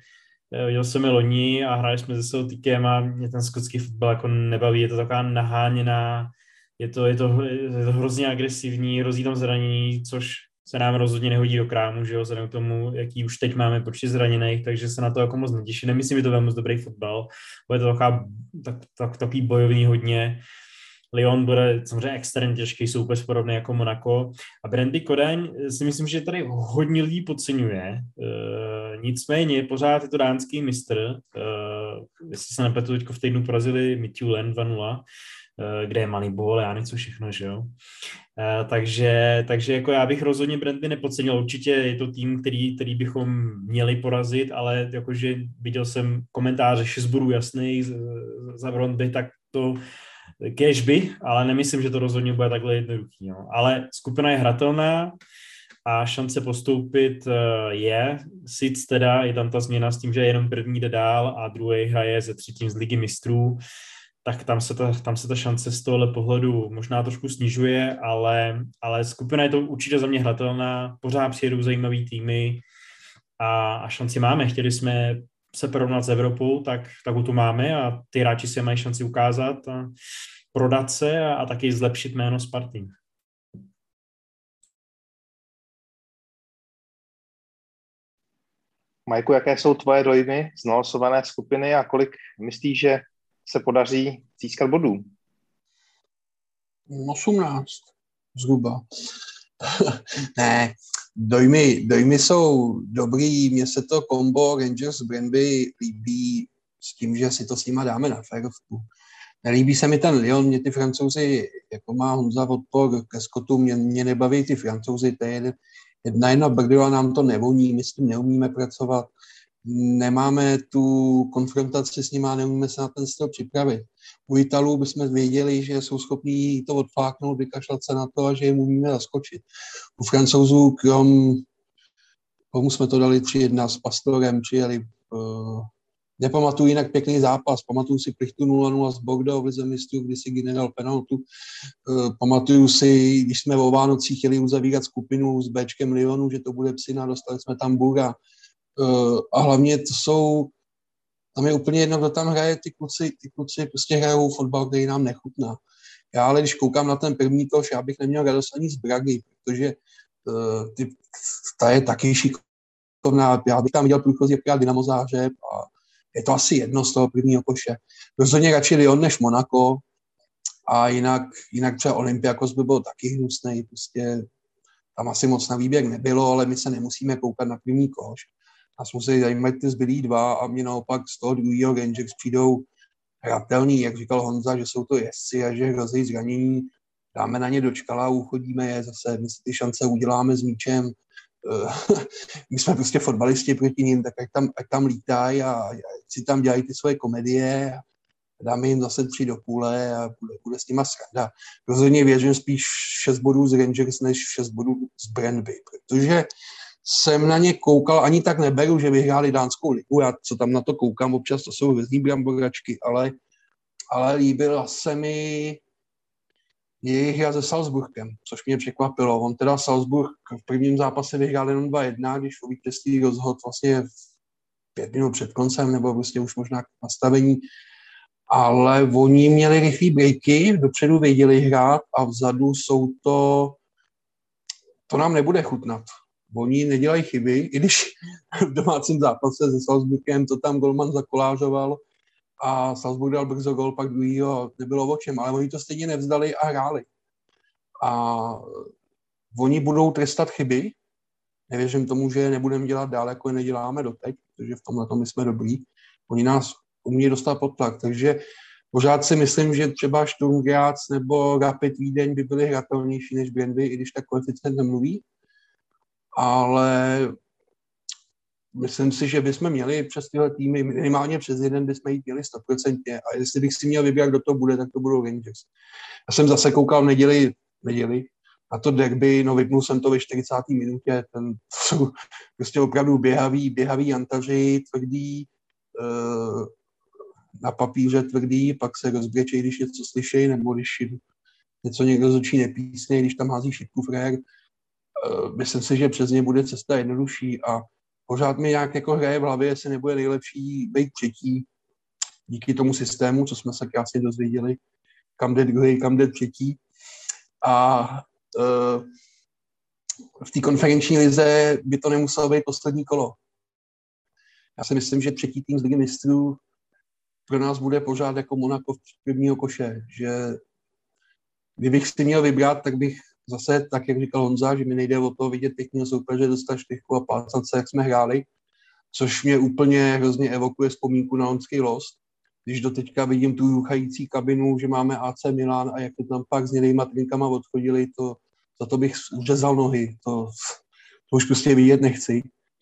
Viděl jsem je loni a hráli jsme se Celticem a mě ten skotský fotbal jako nebaví, je to taková naháněná, je to, je to, je to hrozně agresivní, hrozí tam zranění, což se nám rozhodně nehodí do krámu, že jo, vzhledem k tomu, jaký už teď máme počet zraněných, takže se na to jako moc netěším. Nemyslím, že to bude moc dobrý fotbal, bude to taková, tak, tak, takový bojovný hodně. Lyon bude samozřejmě extrémně těžký soupeř, podobný jako Monaco. A Brøndby Kodaň si myslím, že tady hodně lidí podceňuje. E, nicméně pořád je to dánský mistr. E, jestli se nepletu, teďko v týdnu porazili Midtjylland dva nula, e, kde je Moneyball, já něco všechno, že jo. E, takže, takže jako já bych rozhodně Brøndby nepodcenil. Určitě je to tým, který, který bychom měli porazit, ale jakože viděl jsem komentáře šest bodů jasný za Brøndby, tak to cashby, ale nemyslím, že to rozhodně bude takhle jednoduchý. No. Ale skupina je hratelná a šance postoupit je. Sic teda, je tam ta změna s tím, že jenom první jde dál a druhý hraje ze třetím z ligy mistrů, tak tam se ta, tam se ta šance z tohohle pohledu možná trošku snižuje, ale, ale skupina je to určitě za mě hratelná, pořád přijedou zajímavý týmy a, a šanci máme. Chtěli jsme se porovnat s Evropou, tak, tak tu máme a ty hráči si mají šanci ukázat a prodat se a, a taky zlepšit jméno Sparty. Majku, jaké jsou tvoje dojmy z nalosované skupiny a kolik myslíš, že se podaří získat bodů? osmnáct zhruba. Ne, dojmy, dojmy jsou dobrý, mně se to kombo Rangers Brøndby líbí s tím, že si to s nima dáme na férovku. Nelíbí se mi ten Lyon, mě ty Francouzi, jako má Honza odpor ke Skotu, mě, mě nebaví ty Francouzi, to je jeden, jedna jedna brdila, nám to nevoní, my s tím neumíme pracovat, nemáme tu konfrontaci s nima, neumíme se na ten styl připravit. U Italů bychom věděli, že jsou schopní to odfláknout, vykašlat se na to a že jim umíme zaskočit. U Francouzů, krom komu jsme to dali tři jedna s Pastorem, přijeli, uh, nepamatuju jinak pěkný zápas, pamatuju si plichtu nula nula s Bordeaux v lize mistrů, kdy si general penaltu, uh, pamatuju si, když jsme o Vánocích chtěli uzavírat skupinu s Bčkem Lyonu, že to bude psina, dostali jsme tam Bura. Uh, a hlavně to jsou, tam je úplně jedno, kdo tam hraje, ty kluci, ty kluci prostě hrajou fotbal, který nám nechutná. Já ale když koukám na ten první koš, já bych neměl radost ani z Bragy, protože uh, ty, ta je taky šikovná, já bych tam viděl průchozí jaká Dynamo Záhřeb a je to asi jedno z toho prvního koše. Rozhodně radši Lyon než Monaco a jinak, jinak třeba Olympiakos by byl taky hnusnej, prostě tam asi moc na výběr nebylo, ale my se nemusíme koukat na první koš. Nás musí zajímat ty zbylí dva a mě naopak z toho druhého Rangers přijdou hratelný, jak říkal Honza, že jsou to jezdci a že hrozí zranění. Dáme na ně dočkala, uchodíme je zase, my si ty šance uděláme s míčem. My jsme prostě fotbalisti proti ním, tak ať tam, ať tam lítají a si tam dělají ty svoje komedie a dáme jim zase tři do půle a bude, bude s nima sranda. Rozhodně věřím spíš šest bodů z Rangers než šest bodů z Brøndby, protože jsem na ně koukal, ani tak neberu, že vyhráli dánskou ligu, já co tam na to koukám, občas to jsou hvězdní bramboračky, ale, ale líbila se mi jejich hra se Salzburgem, což mě překvapilo. On teda Salzburg v prvním zápase vyhrál jenom dva jedna, když o vítězství rozhodl vlastně pět minut před koncem, nebo vlastně už možná k nastavení, ale oni měli rychlý breaky, dopředu věděli hrát a vzadu jsou to, to nám nebude chutnat. Oni nedělají chyby, i když v domácím zápase se Salzburgem to tam golman zakolážoval a Salzburg dal brzo gol, pak druhýho nebylo o čem, ale oni to stejně nevzdali a hráli. A oni budou trestat chyby, nevěřím tomu, že nebudeme dělat dál, jako je neděláme doteď, protože v tomhle tom my jsme dobrý. Oni nás umí dostat pod tlak, takže pořád si myslím, že třeba Sturm Graz nebo Rapid Vídeň by byly hratelnější než Brøndby, i když tak koeficient nemluví. Ale myslím si, že bychom měli přes tyhle týmy, minimálně přes jeden bychom jít měli sto procent. A jestli bych si měl vybrat, kdo to bude, tak to budou Rangers. Já jsem zase koukal v neděli, neděli na to derby, no vypnul jsem to ve čtyřicáté minutě, ten, to jsou prostě opravdu běhaví, běhaví jantaři, tvrdý, uh, na papíře tvrdý, pak se rozbrečejí, když něco slyšejí, nebo když něco někdo z očí nepísne, když tam hází šipku frér. Uh, myslím si, že přes ně bude cesta jednodušší a pořád mi nějak jako hraje v hlavě, jestli nebude nejlepší být třetí díky tomu systému, co jsme se krásně dozvěděli, kam jde druhý, kam jde třetí. A uh, v té konferenční lize by to nemuselo být poslední kolo. Já si myslím, že třetí tým z Ligy mistrů pro nás bude pořád jako Monako v prvního koše, že kdybych si měl vybrat, tak bych zase, tak jak říkal Honza, že mi nejde o to vidět pěkného soupeře, dostat štychku a plácat se, jak jsme hráli, což mě úplně hrozně evokuje vzpomínku na loňský Lost. Když do teďka vidím tu ruchající kabinu, že máme A C Milan a jak to tam pak s některýma trinkama odchodili, to, za to bych uřezal nohy. To, to už prostě vidět nechci.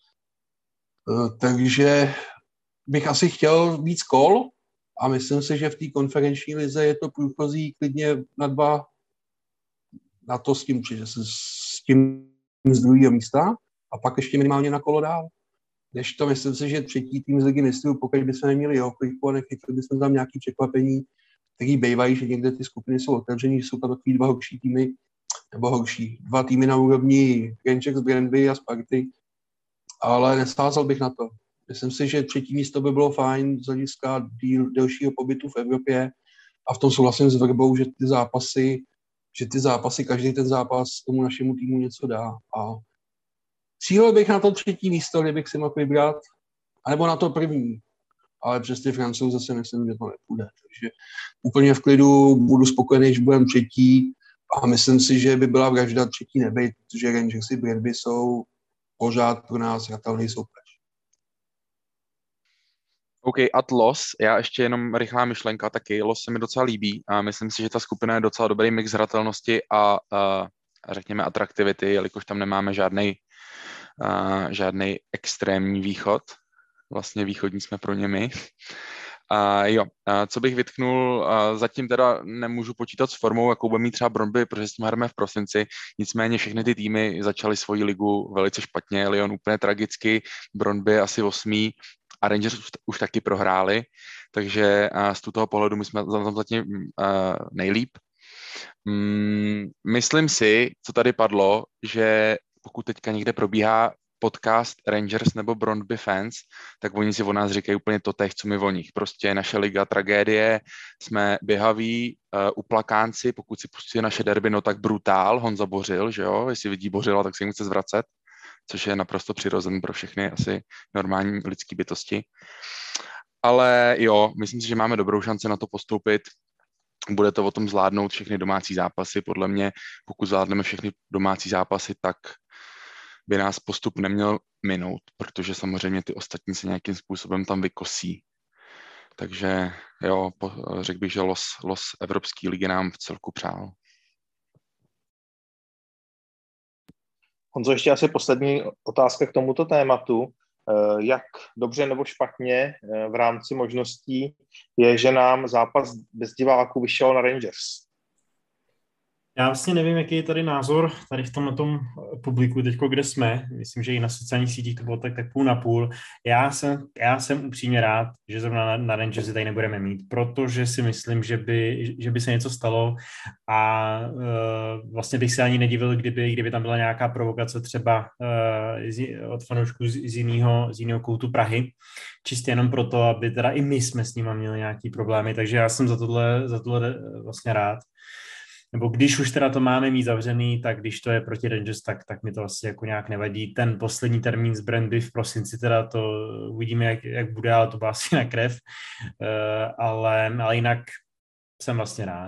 Takže bych asi chtěl víc kol a myslím si, že v té konferenční lize je to průchozí klidně na dva, na to s tím, že se s tím z druhého místa a pak ještě minimálně na kolo dál. Než to myslím si, že třetí tým z Ligy mistrů, pokud bychom neměli jeho kliku a nechytli bychom tam nějaké překvapení, který bývají, že někde ty skupiny jsou otevřený, že jsou tam takový dva horší týmy, nebo horší, dva týmy na úrovni Rangers, Brandby a Sparty, ale nesázal bych na to. Myslím si, že třetí místo by bylo fajn z hlediska díl, delšího pobytu v Evropě a v tom souhlasím s Vrbou, že ty zápasy, že ty zápasy, každý ten zápas tomu našemu týmu něco dá. A cílil bych na to třetí místo, kdybych si mohl vybrat, anebo na to první. Ale přes ty Francouze si myslím, že to nepůjde. Takže úplně v klidu budu spokojený, když budeme třetí a myslím si, že by byla vražda třetí nebejt, protože Rangers i Brandby jsou pořád pro nás hratelný soupeř. OK, at Los, já ještě jenom rychlá myšlenka taky, Los se mi docela líbí a myslím si, že ta skupina je docela dobrý mix hratelnosti a, a řekněme atraktivity, jelikož tam nemáme žádnej, a, žádnej extrémní východ, vlastně východní jsme pro ně my. A jo, a co bych vytknul, a zatím teda nemůžu počítat s formou, jakou bude mít třeba Brøndby, protože s tím hrajeme v prosinci, nicméně všechny ty týmy začaly svoji ligu velice špatně, Lyon úplně tragicky, Brøndby asi osmý a Rangers už, už taky prohráli, takže z toho pohledu my jsme tam zatím uh, nejlíp. Mm, myslím si, co tady padlo, že pokud teďka někde probíhá podcast Rangers nebo Brøndby fans, tak oni si o nás říkají úplně totéž, co my o nich. Prostě naše liga tragédie, jsme běhaví, uh, uplakánci, pokud si pustí naše derby, no tak brutál, Honza Bořil, že jo, jestli vidí Bořila, tak se jim chce zvracet, což je naprosto přirozený pro všechny asi normální lidské bytosti. Ale jo, myslím si, že máme dobrou šanci na to postoupit. Bude to o tom zvládnout všechny domácí zápasy. Podle mě, pokud zvládneme všechny domácí zápasy, tak by nás postup neměl minout, protože samozřejmě ty ostatní se nějakým způsobem tam vykosí. Takže jo, po, řekl bych, že los, los Evropské ligy nám v celku přál. Honzo, ještě asi poslední otázka k tomuto tématu. Jak dobře nebo špatně v rámci možností je, že nám zápas bez diváků vyšel na Rangers? Já vlastně nevím, jaký je tady názor tady v tomhle tom publiku teďko, kde jsme. Myslím, že i na sociálních sítích to bylo tak, tak půl na půl. Já jsem, já jsem upřímně rád, že zrovna na, na Rangersi tady nebudeme mít, protože si myslím, že by, že by se něco stalo a uh, vlastně bych se ani nedivil, kdyby, kdyby tam byla nějaká provokace třeba uh, z, od fanoušků z, z, jiného, z jiného koutu Prahy. Čistě jenom proto, aby teda i my jsme s nimi měli nějaký problémy, takže já jsem za tohle, za tohle vlastně rád. Nebo když už teda to máme mít zavřený, tak když to je proti Rangers, tak, tak mi to asi jako nějak nevadí. Ten poslední termín z Brøndby v prosinci, teda to uvidíme, jak, jak bude, ale to byla asi na krev. Uh, ale, ale jinak jsem vlastně rád.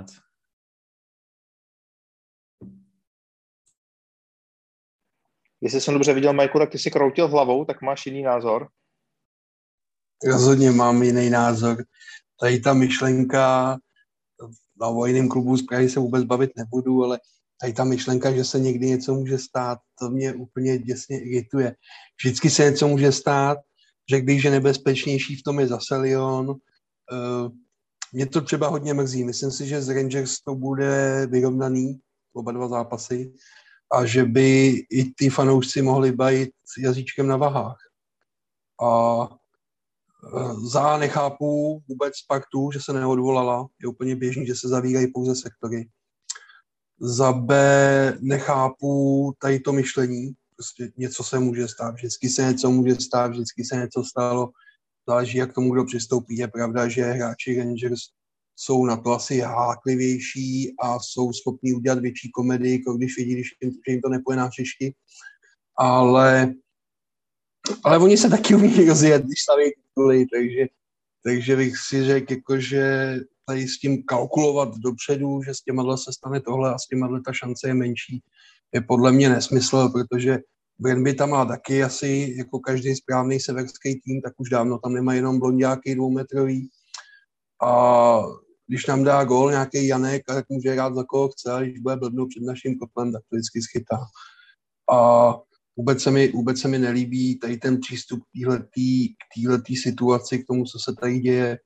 Jestli jsem dobře viděl, Majku, tak ty si kroutil hlavou, tak máš jiný názor? Rozhodně mám jiný názor. Tady ta myšlenka, na o jiném klubu z Prahy se vůbec bavit nebudu, ale tady ta myšlenka, že se někdy něco může stát, to mě úplně děsně irituje. Vždycky se něco může stát, řekl bych, že nebezpečnější v tom je zase Lyon. Mě to třeba hodně mrzí. Myslím si, že z Rangers to bude vyrovnaný, oba dva zápasy, a že by i ty fanoušci mohli bajit jazyčkem na vahách. A za nechápu vůbec Spartu, že se neodvolala. Je úplně běžný, že se zavírají pouze sektory. Za B nechápu tady to myšlení prostě něco se může stát, vždycky se něco může stát, vždycky se něco stalo, záleží, jak tomu kdo přistoupí. Je pravda, že hráči Rangers jsou na to asi háklivější a jsou schopní udělat větší komedii, jako když vidí, když jim, že jim to nepůjde na hřišti. Ale, ale oni se taky umí rozjet, když staví tituly, takže, takže bych si řekl, jako, že tady s tím kalkulovat dopředu, že s těma se stane tohle a s těma ta šance je menší, je podle mě nesmysl, protože Brøndby tam má taky asi jako každý správný severský tým, tak už dávno tam nemá jenom blondiáky dvoumetrový. A když nám dá gól nějaký Janek, tak může hrát za koho chce, a když bude blbnout před naším kotlem, tak to vždycky schytá. A vůbec se mi, vůbec se mi nelíbí tady ten přístup k této situaci, k tomu, co se tady děje.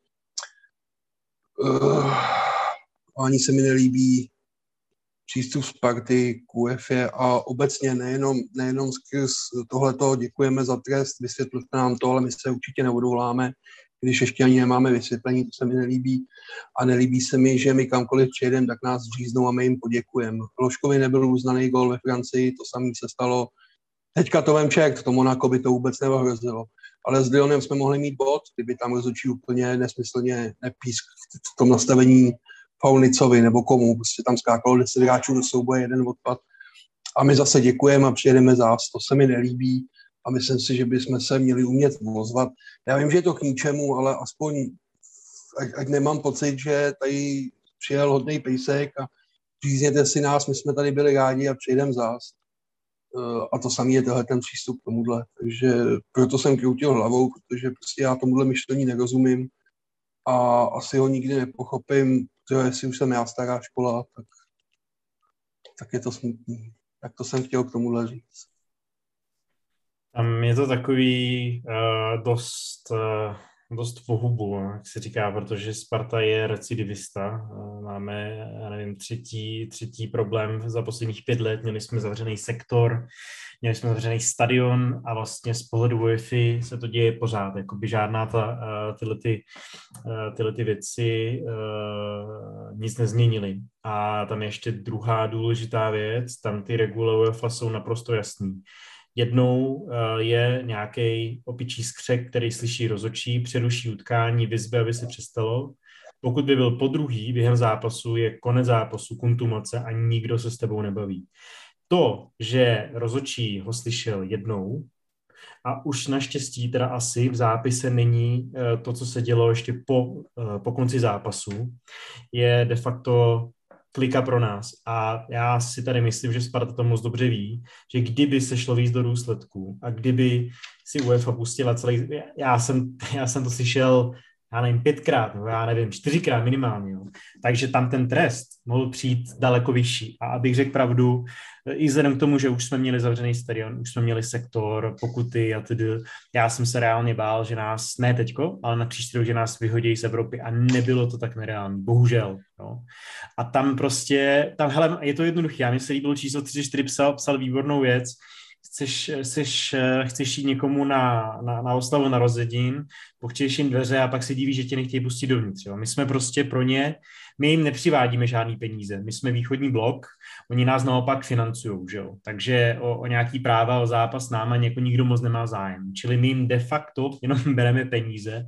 Uh, ani se mi nelíbí přístup Sparty k U E F A a obecně nejenom, nejenom skrz tohleto děkujeme za trest, vysvětlete nám to, ale my se určitě neodvoláme, když ještě ani nemáme vysvětlení, to se mi nelíbí. A nelíbí se mi, že my kamkoliv přijedeme, tak nás říznou a my jim poděkujeme. Ložkovi nebyl uznaný gól ve Francii, to samé se stalo. Teďka to vem čert, to Monako by to vůbec neohrozilo. Ale s Lyonem jsme mohli mít bod, kdyby tam rozhodčí úplně nesmyslně nepísk v tom nastavení Faulnicovi nebo komu. Prostě tam skákalo deset hráčů do souboje, jeden odpad. A my zase děkujeme a přijedeme zás. To se mi nelíbí a myslím si, že bychom se měli umět ozvat. Já vím, že je to k ničemu, ale aspoň ať, ať nemám pocit, že tady přijel hodnej pejsek a řízněte si nás, my jsme tady byli rádi a přijedeme zás. A to samý je tenhle ten přístup k tomuhle. Takže proto jsem kroutil hlavou, protože prostě já tomuhle myšlení nerozumím a asi ho nikdy nepochopím, protože jestli už jsem já stará škola, tak, tak je to smutný. Tak to jsem chtěl k tomuhle říct. Tam je to takový uh, dost, uh, dost pohubu, jak se říká, protože Sparta je recidivista. Uh, máme, já nevím, třetí, třetí problém za posledních pět let. Měli jsme zavřený sektor, měli jsme zavřený stadion a vlastně z pohledu UEFA se to děje pořád. Jakoby žádná ta, uh, tyhle, ty, uh, tyhle ty věci uh, nic nezměnily. A tam je ještě druhá důležitá věc, tam ty regule UEFA jsou naprosto jasný. Jednou je nějaký opičí skřek, který slyší rozhodčí, přeruší utkání, vyzve, aby se přestalo. Pokud by byl podruhý během zápasu, je konec zápasu, kontumace a nikdo se s tebou nebaví. To, že rozhodčí ho slyšel jednou a už naštěstí teda asi v zápise není to, co se dělo ještě po, po konci zápasu, je de facto klika pro nás. A já si tady myslím, že Sparta to moc dobře ví, že kdyby se šlo víc do důsledků a kdyby si UEFA pustila celý... Já jsem, já jsem to slyšel, já nevím, pětkrát, nebo já nevím, čtyřikrát minimálně. Jo. Takže tam ten trest mohl přijít daleko vyšší. A abych řekl pravdu, i vzhledem k tomu, že už jsme měli zavřený stadion, už jsme měli sektor, pokuty a tedy, já jsem se reálně bál, že nás, ne teďko, ale na příští rok, že nás vyhodí z Evropy a nebylo to tak nereálný, bohužel. Jo. A tam prostě, tam, hele, je to jednoduché, já mi se líbilo číslo tři čtyři psal, psal výbornou věc, Chceš, chceš, chceš jít někomu na, na, na oslavu narozenin, pochčeš jim dveře a pak se diví, že tě nechtějí pustit dovnitř. Jo. My jsme prostě pro ně, my jim nepřivádíme žádný peníze. My jsme východní blok, oni nás naopak financujou. Že jo. Takže o, o nějaký práva, o zápas s náma jako nikdo moc nemá zájem. Čili my jim de facto jenom bereme peníze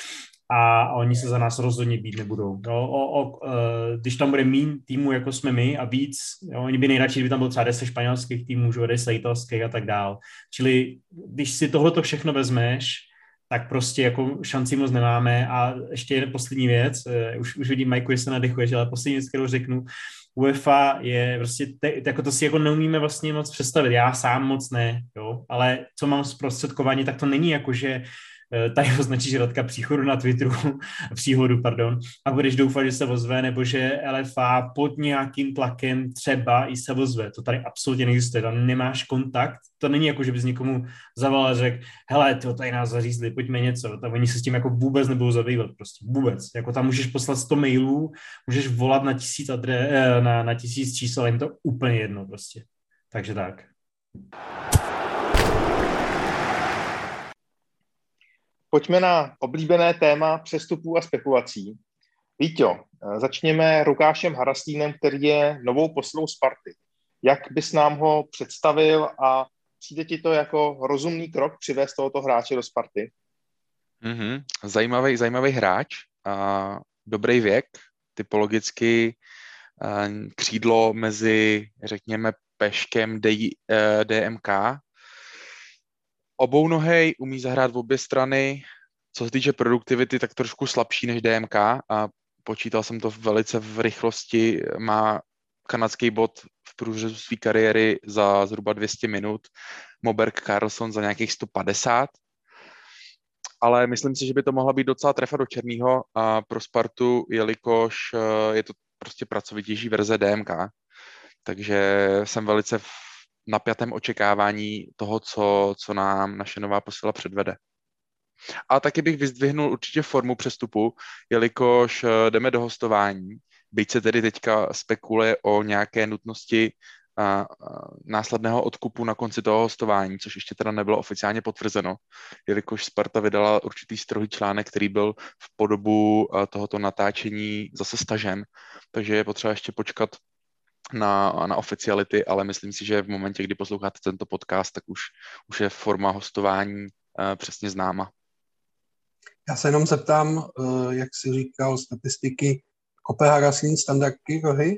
a oni se za nás rozhodně být nebudou. Jo, o, o, když tam bude míň týmů, jako jsme my a víc, jo, oni by nejradši, kdyby tam bylo třeba deset španělských týmů, že deset italských a tak dál. Čili když si tohleto všechno vezmeš, tak prostě jako šanci moc nemáme. A ještě jedna poslední věc, už, už vidím, Majku, že se nadechuješ, ale poslední věc, kterou řeknu, UEFA je prostě, te, jako to si jako neumíme vlastně moc představit. Já sám moc ne, jo, ale co mám zprostředkování, tak to není jako, že tady označíš Radka příchodu na Twitteru, příhodu, pardon, a budeš doufat, že se ozve, nebo že L F A pod nějakým tlakem třeba i se ozve. To tady absolutně neexistuje, tam nemáš kontakt, to není jako, že bys někomu zavolal a řekl, hele, tyjo, tady nás zařízli, pojďme něco, tam oni se s tím jako vůbec nebudou zabývat, prostě vůbec. Jako tam můžeš poslat sto mailů, můžeš volat na tisíc, adre, na, na tisíc čísel, ale jim to úplně jedno prostě. Takže tak. Pojďme na oblíbené téma přestupů a spekulací. Víťo, začněme Lukášem Harastínem, který je novou posilou Sparty. Jak bys nám ho představil a přijde ti to jako rozumný krok přivést tohoto hráče do Sparty? Mm-hmm. Zajímavý, zajímavý hráč, a dobrý věk, typologicky a, křídlo mezi, řekněme, Peškem, D M K. Obou nohej, umí zahrát v obě strany. Co se týče produktivity, tak trošku slabší než D M K a počítal jsem to velice v rychlosti. Má kanadský bod v průřezu své kariéry za zhruba dvě stě minut, Moberg Karlsson za nějakých sto padesát. Ale myslím si, že by to mohla být docela trefa do černého a pro Spartu, jelikož je to prostě pracovitější verze D M K. Takže jsem velice v napjatém očekávání toho, co, co nám naše nová posila předvede. A taky bych vyzdvihnul určitě formu přestupu, jelikož jdeme do hostování, byť se tedy teďka spekuluje o nějaké nutnosti a, a, následného odkupu na konci toho hostování, což ještě teda nebylo oficiálně potvrzeno, jelikož Sparta vydala určitý strohý článek, který byl v podobu tohoto natáčení zase stažen, takže je potřeba ještě počkat na, na oficiality, ale myslím si, že v momentě, kdy posloucháte tento podcast, tak už, už je forma hostování uh, přesně známa. Já se jenom zeptám, uh, jak jsi říkal, statistiky kope Haraslín standardky rohy?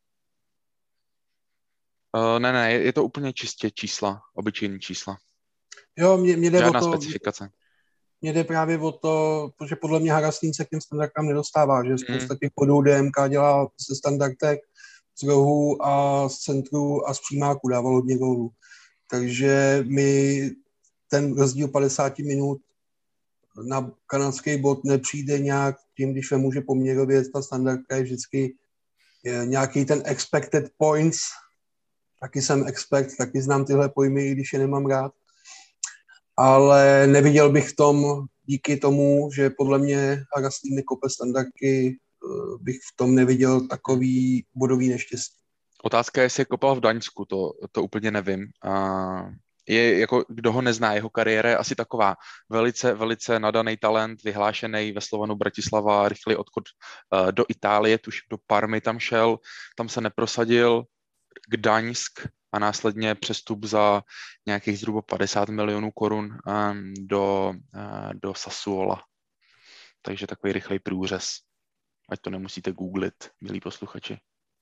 Uh, ne, ne, je, je to úplně čistě čísla, obyčejný čísla. Jo, mě, mě jde Žádná o to, specifikace. Mě jde právě o to, protože podle mě Haraslín se k těm standardkám nedostává, že spousta těch bodů D M K dělá ze standardek, z rohu a z centru a z přímáku dával hodně gólů. Takže mi ten rozdíl padesát minut na kanadský bod nepřijde nějak tím, když vemu, že poměrově ta standardka je vždycky je nějaký ten expected points. Taky jsem expert, taky znám tyhle pojmy, i když je nemám rád. Ale neviděl bych v tom, díky tomu, že podle mě Haraslín nekope standardky, bych v tom neviděl takový bodový neštěstí. Otázka je, jestli je kopal v Daňsku, to, to úplně nevím. A je, jako, kdo ho nezná, jeho kariéra je asi taková velice, velice nadaný talent, vyhlášený ve Slovanu Bratislava, rychlý odchod uh, do Itálie, tuž do Parmy tam šel, tam se neprosadil, Gdaňsk a následně přestup za nějakých zhruba padesát milionů korun um, do, uh, do Sassuola. Takže takový rychlej průřez. Ať to nemusíte googlit, milí posluchači.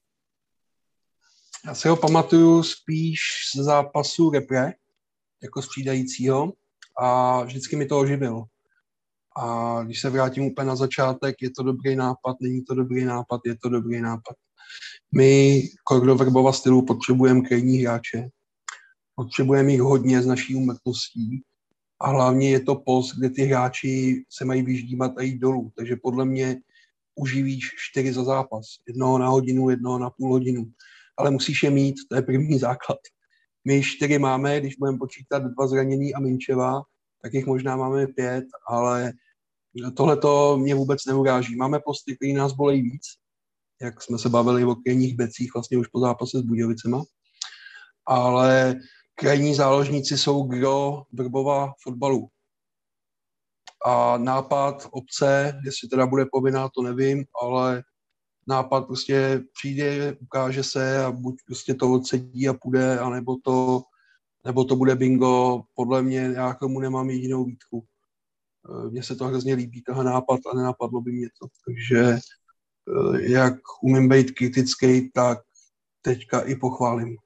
Já si ho pamatuju spíš z zápasu repre, jako střídajícího, a vždycky mi to oživil. A když se vrátím úplně na začátek, je to dobrý nápad, není to dobrý nápad, je to dobrý nápad. My do Vrbova stylu potřebujeme krajní hráče, potřebujeme jich hodně z naší úmrtností a hlavně je to post, kde ty hráči se mají vyždímat a jít dolů. Takže podle mě uživíš čtyři za zápas. Jednoho na hodinu, jednoho na půl hodinu. Ale musíš je mít, to je první základ. My čtyři máme, když budeme počítat dva zranění a Minčeva, tak jich možná máme pět, ale tohleto mě vůbec neuráží. Máme posty, které nás bolejí víc, jak jsme se bavili o krajních becích vlastně už po zápase s Budějovicema. Ale krajní záložníci jsou gro Vrbova fotbalu. A nápad obce, jestli teda bude povinná, to nevím, ale nápad prostě přijde, ukáže se a buď prostě to odsedí a půjde, anebo to, nebo to bude bingo. Podle mě já k tomu nemám jedinou výtku. Mně se to hrozně líbí, tohle nápad, a nenapadlo by mě to. Takže jak umím být kritický, tak teďka i pochválím.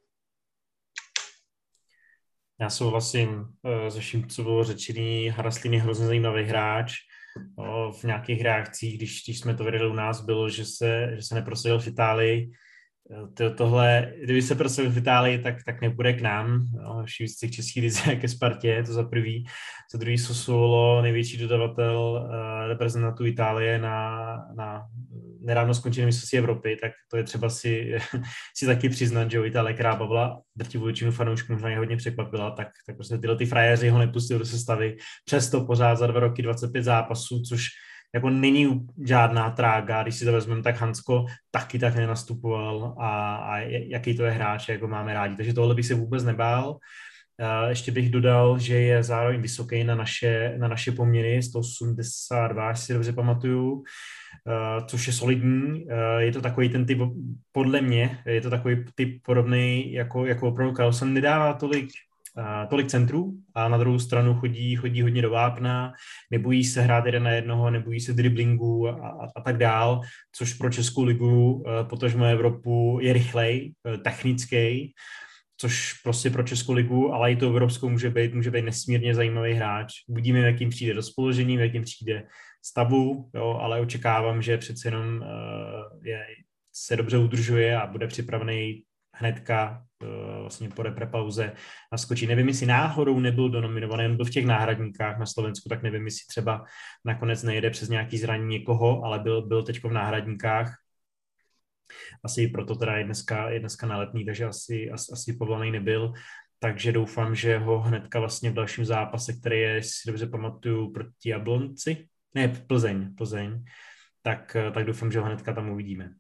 Já souhlasím uh, se vším, co bylo řečený. Haraslín je hrozně zajímavý hráč. Uh, v nějakých reakcích, když, když jsme to viděli u nás, bylo, že se, že se neprosadil v Itálii. To, tohle, kdyby se prosadil v Itálii, tak, tak nepůjde k nám. No, víc těch českých lize ke Spartě, to za prvý. Za druhý Sassuolo, největší dodavatel uh, reprezentantů Itálie na, na nedávno skončené mistrovství Evropy, tak to je třeba si, si taky přiznat, že u Itálie, která bavila drtivou většinu fanoušků, možná je hodně překvapila, tak, tak prostě tyhle ty frajeři ho nepustili do sestavy. Přesto pořád za dva roky dvacet pět zápasů, což jako není žádná trága, když si to vezmeme, tak Hansko taky tak nenastupoval a, a jaký to je hráč, jako máme rádi. Takže tohle bych se vůbec nebál. Uh, ještě bych dodal, že je zároveň vysoký na naše, na naše poměry, sto osmdesát dva, jestli si dobře pamatuju, uh, což je solidní. Uh, je to takový ten typ, podle mě, je to takový typ podobný, jako, jako opravdu Karlsson, nedává tolik tolik centrů a na druhou stranu chodí, chodí hodně do vápna, nebojí se hrát jeden na jednoho, nebojí se driblingu a, a, a tak dál, což pro Českou ligu, potažmo Evropu, je rychlej, technický, což prostě pro Českou ligu, ale i to evropskou může být, může být nesmírně zajímavý hráč. Uvidíme, v jakým přijde rozpoložení, v jakým přijde stavu, jo, ale očekávám, že přece jenom uh, je, se dobře udržuje a bude připravený hnedka uh, vlastně po reprepauze naskočí. Nevím, jestli náhodou nebyl donominovaný, on byl v těch náhradníkách na Slovensku, tak nevím, jestli třeba nakonec nejede přes nějaký zranění někoho, ale byl, byl teďko v náhradníkách. Asi proto teda je dneska, je dneska naletný, takže asi, asi, asi povolaný nebyl. Takže doufám, že ho hnedka vlastně v dalším zápase, který je, si dobře pamatuju, proti Jablonci, ne, Plzeň, Plzeň, tak, tak doufám, že ho hnedka tam uvidíme.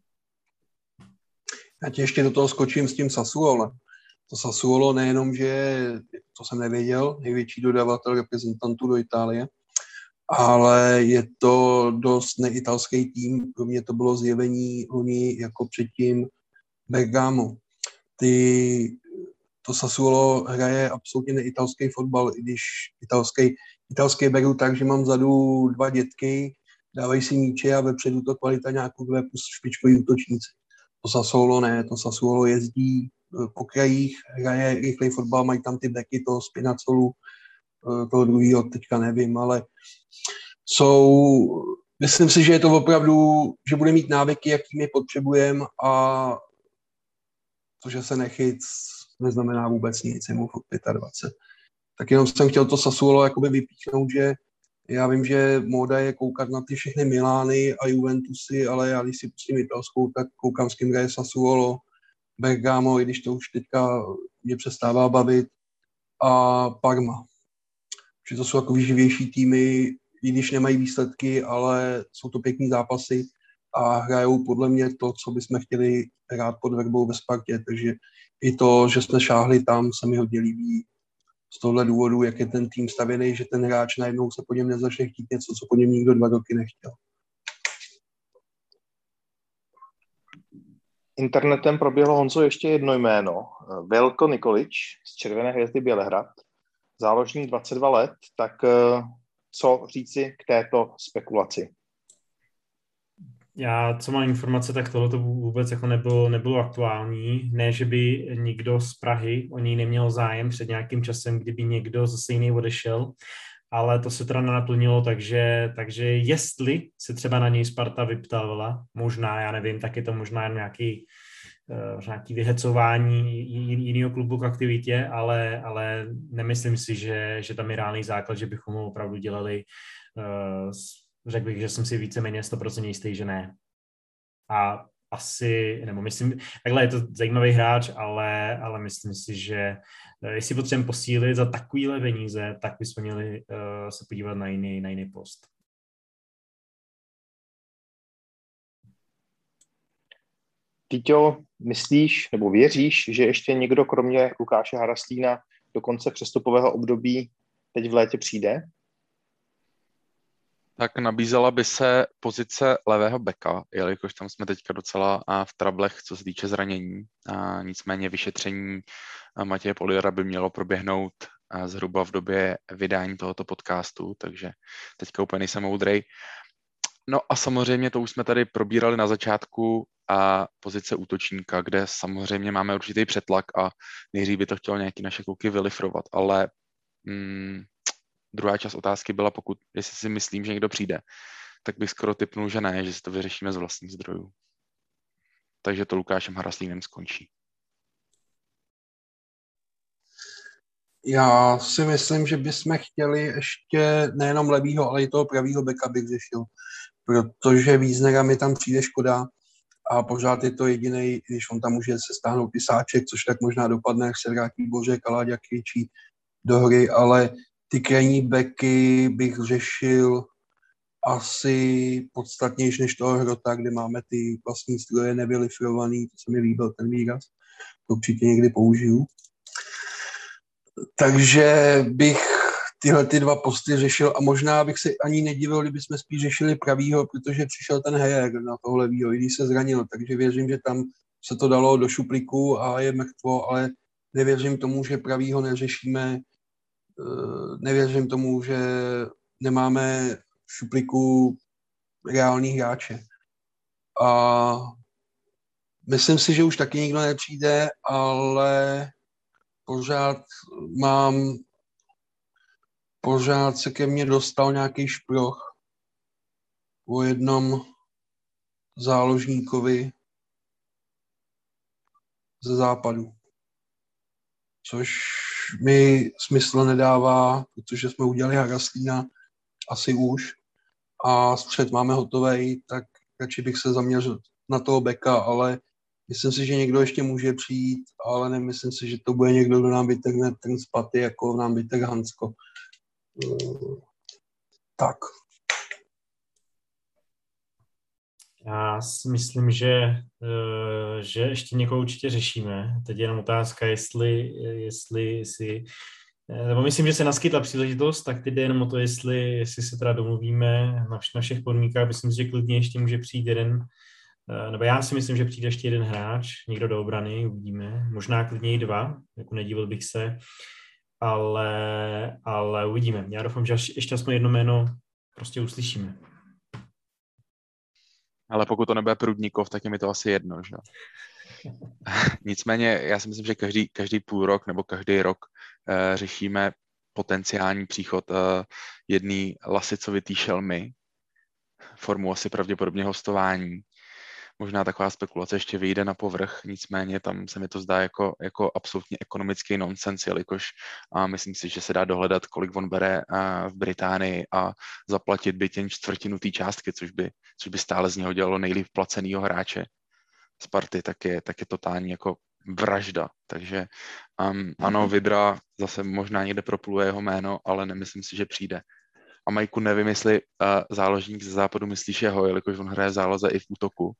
Já ti ještě do toho skočím s tím Sassuolo. To Sassuolo nejenom, že, to jsem nevěděl, největší dodavatel reprezentantů do Itálie, ale je to dost neitalský tým. Pro mě to bylo zjevení loni jako předtím Bergamo. Ty, to Sassuolo hraje absolutně neitalský fotbal, i když italský, italský beru tak, že mám vzadu dva dětky, dávají si míče a vepředu to kvalita nějakou dvě plus špičkový útočníci. To Sassuolo ne, to Sassuolo jezdí po krajích, hraje rychlej fotbal, mají tam ty beky toho Spinazzolu, toho druhého teďka nevím, ale jsou, myslím si, že je to opravdu, že bude mít návyky, jaký my potřebujeme a to, že se nechyt, neznamená vůbec nic, je mu dvacet pět. Tak jenom jsem chtěl to Sassuolo jakoby vypíchnout, že já vím, že móda je koukat na ty všechny Milány a Juventusy, ale já když si pustím italskou, tak koukám, s kým hraje Sassuolo, Bergamo, i když to už teďka mě přestává bavit, a Parma. Že to jsou takový živější týmy, i když nemají výsledky, ale jsou to pěkný zápasy a hrajou podle mě to, co bychom chtěli hrát pod Verbou ve Spartě. Takže i to, že jsme šáhli tam, se mi hodně líbí. Z tohle důvodu, jak je ten tým stavěný, že ten hráč najednou se po něm nezačne chtít něco, co po něm nikdo dva roky nechtěl. Internetem proběhlo, Honzo, ještě jedno jméno. Veljko Nikolić z Červené hvězdy Bělehrad, záložník dvacet dva let, tak co říci k této spekulaci? Já, co mám informace, tak tohle to vůbec jako nebylo, nebylo aktuální. Ne, že by někdo z Prahy o něj neměl zájem před nějakým časem, kdyby někdo zase jiný odešel, ale to se teda nenaplnilo, takže, takže jestli se třeba na něj Sparta vyptala, možná, já nevím, tak je to možná jen nějaký, uh, nějaký vyhecování jiného klubu k aktivitě, ale, ale nemyslím si, že, že tam je reálný základ, že bychom ho opravdu dělali. Uh, řekl bych, že jsem si víceméně sto procent jistý, že ne. A asi, nebo myslím, takhle je to zajímavý hráč, ale, ale myslím si, že jestli potřebujeme posílit za takovýhle peníze, tak bychom měli uh, se podívat na jiný, na jiný post. Týťo, myslíš nebo věříš, že ještě někdo kromě Lukáše Haraslína do konce přestupového období teď v létě přijde? Tak nabízela by se pozice levého beka, jelikož tam jsme teďka docela v trablech, co se týče zranění. A nicméně vyšetření Matěje Poliera by mělo proběhnout zhruba v době vydání tohoto podcastu, takže teďka úplně nejsem moudrej. No a samozřejmě to už jsme tady probírali na začátku a pozice útočníka, kde samozřejmě máme určitý přetlak a nejdřív by to chtělo nějaký naše kluky vylifrovat, ale mm, druhá část otázky byla, pokud, jestli si myslím, že někdo přijde, tak bych skoro tipnul, že ne, že si to vyřešíme z vlastních zdrojů. Takže to Lukášem Haraslínem skončí. Já si myslím, že bychom chtěli ještě nejenom levýho, ale i toho pravýho beka bych řešil, protože Wiesnera mi tam přijde škoda a pořád je to jedinej, když on tam může se stáhnout Pisáček, což tak možná dopadne, jak se vrátí Bořek a Láďa Krejčí do hry, ale ty krajní beky bych řešil asi podstatnější než toho Hrota, kde máme ty vlastní stroje nevylifrovaný, to se mi líbil ten výraz, to určitě někdy použiju. Takže bych tyhle ty dva posty řešil a možná bych se ani nedivil, kdyby jsme spíš řešili pravýho, protože přišel ten Heyer na toho levýho, i když se zranil, takže věřím, že tam se to dalo do šuplíku a je mrtvo, ale nevěřím tomu, že pravýho neřešíme, nevěřím tomu, že nemáme v šuplíku reální hráče. A myslím si, že už taky nikdo nepřijde, ale pořád mám, pořád se ke mně dostal nějaký šproch o jednom záložníkovi ze západu. Což mi smysl nedává, protože jsme udělali Haraslína asi už a střed máme hotovej, tak radši bych se zaměřil na toho beka, ale myslím si, že někdo ještě může přijít, ale nemyslím si, že to bude někdo, kdo nám vytrhne ten z paty, jako nám vytrh Hansko. Tak. Já si myslím, že, že ještě někoho určitě řešíme. Teď je jenom otázka, jestli, jestli si... Nebo myslím, že se naskytla příležitost, tak teď jde jenom o to, jestli, jestli se teda domluvíme na, na všech podmínkách. Myslím si, že klidně ještě může přijít jeden, nebo já si myslím, že přijde ještě jeden hráč, někdo do obrany, uvidíme. Možná klidně i dva, jako nedívil bych se, ale, ale uvidíme. Já doufám, že ještě aspoň jedno jméno prostě uslyšíme. Ale pokud to nebude Prudníkov, tak je mi to asi jedno, že? Nicméně já si myslím, že každý, každý půl rok nebo každý rok uh, řešíme potenciální příchod uh, jedný lasicovitý šelmy, formu asi pravděpodobně hostování. Možná taková spekulace ještě vyjde na povrch, nicméně tam se mi to zdá jako, jako absolutně ekonomický nonsens, jelikož a myslím si, že se dá dohledat, kolik on bere v Británii a zaplatit by jen čtvrtinu té částky, což by, což by stále z něho dělalo nejlíp placenýho hráče Sparty, tak je, tak je totální jako vražda. Takže um, ano, Vydra zase možná někde propluje jeho jméno, ale nemyslím si, že přijde. A Majku, nevím, jestli uh, záložník ze západu myslíš jeho, jelikož on hraje v záloze i v útoku.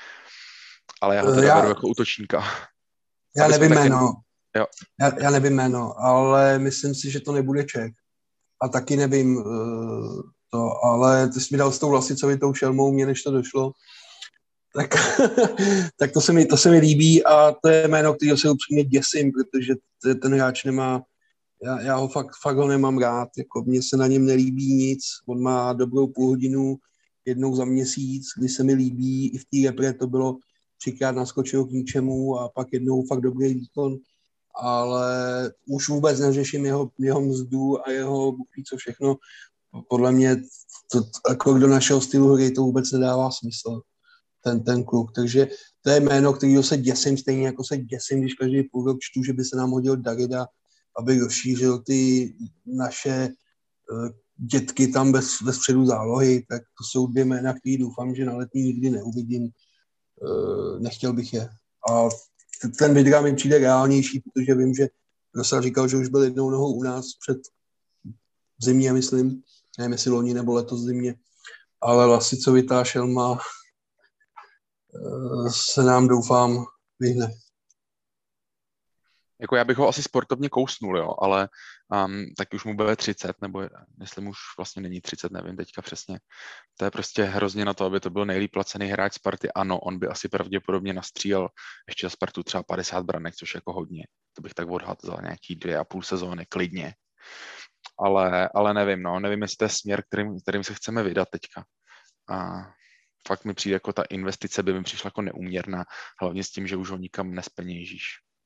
Ale já ho teda já, beru jako útočníka. Já nevím jméno. Jo. Já, já nevím jméno, ale myslím si, že to nebude Čech. A taky nevím uh, to, ale ty jsi mi dal s tou Lasicovitou šelmou, mě než to došlo. Tak, tak to, se mi, to se mi líbí a to je jméno, kterého se upřímně děsím, protože ten hráč nemá, já, já ho fakt, fakt ho nemám rád, jako mně se na něm nelíbí nic, on má dobrou půl hodinu jednou za měsíc, kdy se mi líbí, i v té repre to bylo třikrát naskočil k ničemu a pak jednou fakt dobrý výkon, ale už vůbec neřeším jeho, jeho mzdu a jeho bukví, co všechno. Podle mě to, jako do našeho stylu hry to vůbec nedává smysl, ten, ten kluk. Takže to je jméno, kterého se děsím, stejně jako se děsím, když každý půl rok čtu, že by se nám hodil Darida, aby rozšířil ty naše uh, dětky tam bez, bez středu zálohy, tak to jsou dvě jména, které doufám, že na Letní nikdy neuvidím. Uh, nechtěl bych je. A ten Vydra mi přijde reálnější, protože vím, že Rosal říkal, že už byl jednou nohou u nás před zimě, myslím. Nevím, jestli loni nebo letos zimě. Ale Lasicovitá šelma uh, se nám, doufám, vyhne. Jako já bych ho asi sportovně kousnul, jo, ale um, tak už mu bude třicet, nebo myslím už vlastně není třicet, nevím teďka přesně. To je prostě hrozně na to, aby to byl nejlíp placený hráč Sparty. Ano, on by asi pravděpodobně nastřílel ještě za Spartu třeba padesát branek, což jako hodně. To bych tak odhadl za nějaký dvě a půl sezóny, klidně. Ale, ale nevím, no, nevím, jestli to je směr, kterým, kterým se chceme vydat teďka. A fakt mi přijde, jako ta investice by mi přišla jako neúměrná, hlavně s tím, že už ho nikam nespeněžíš.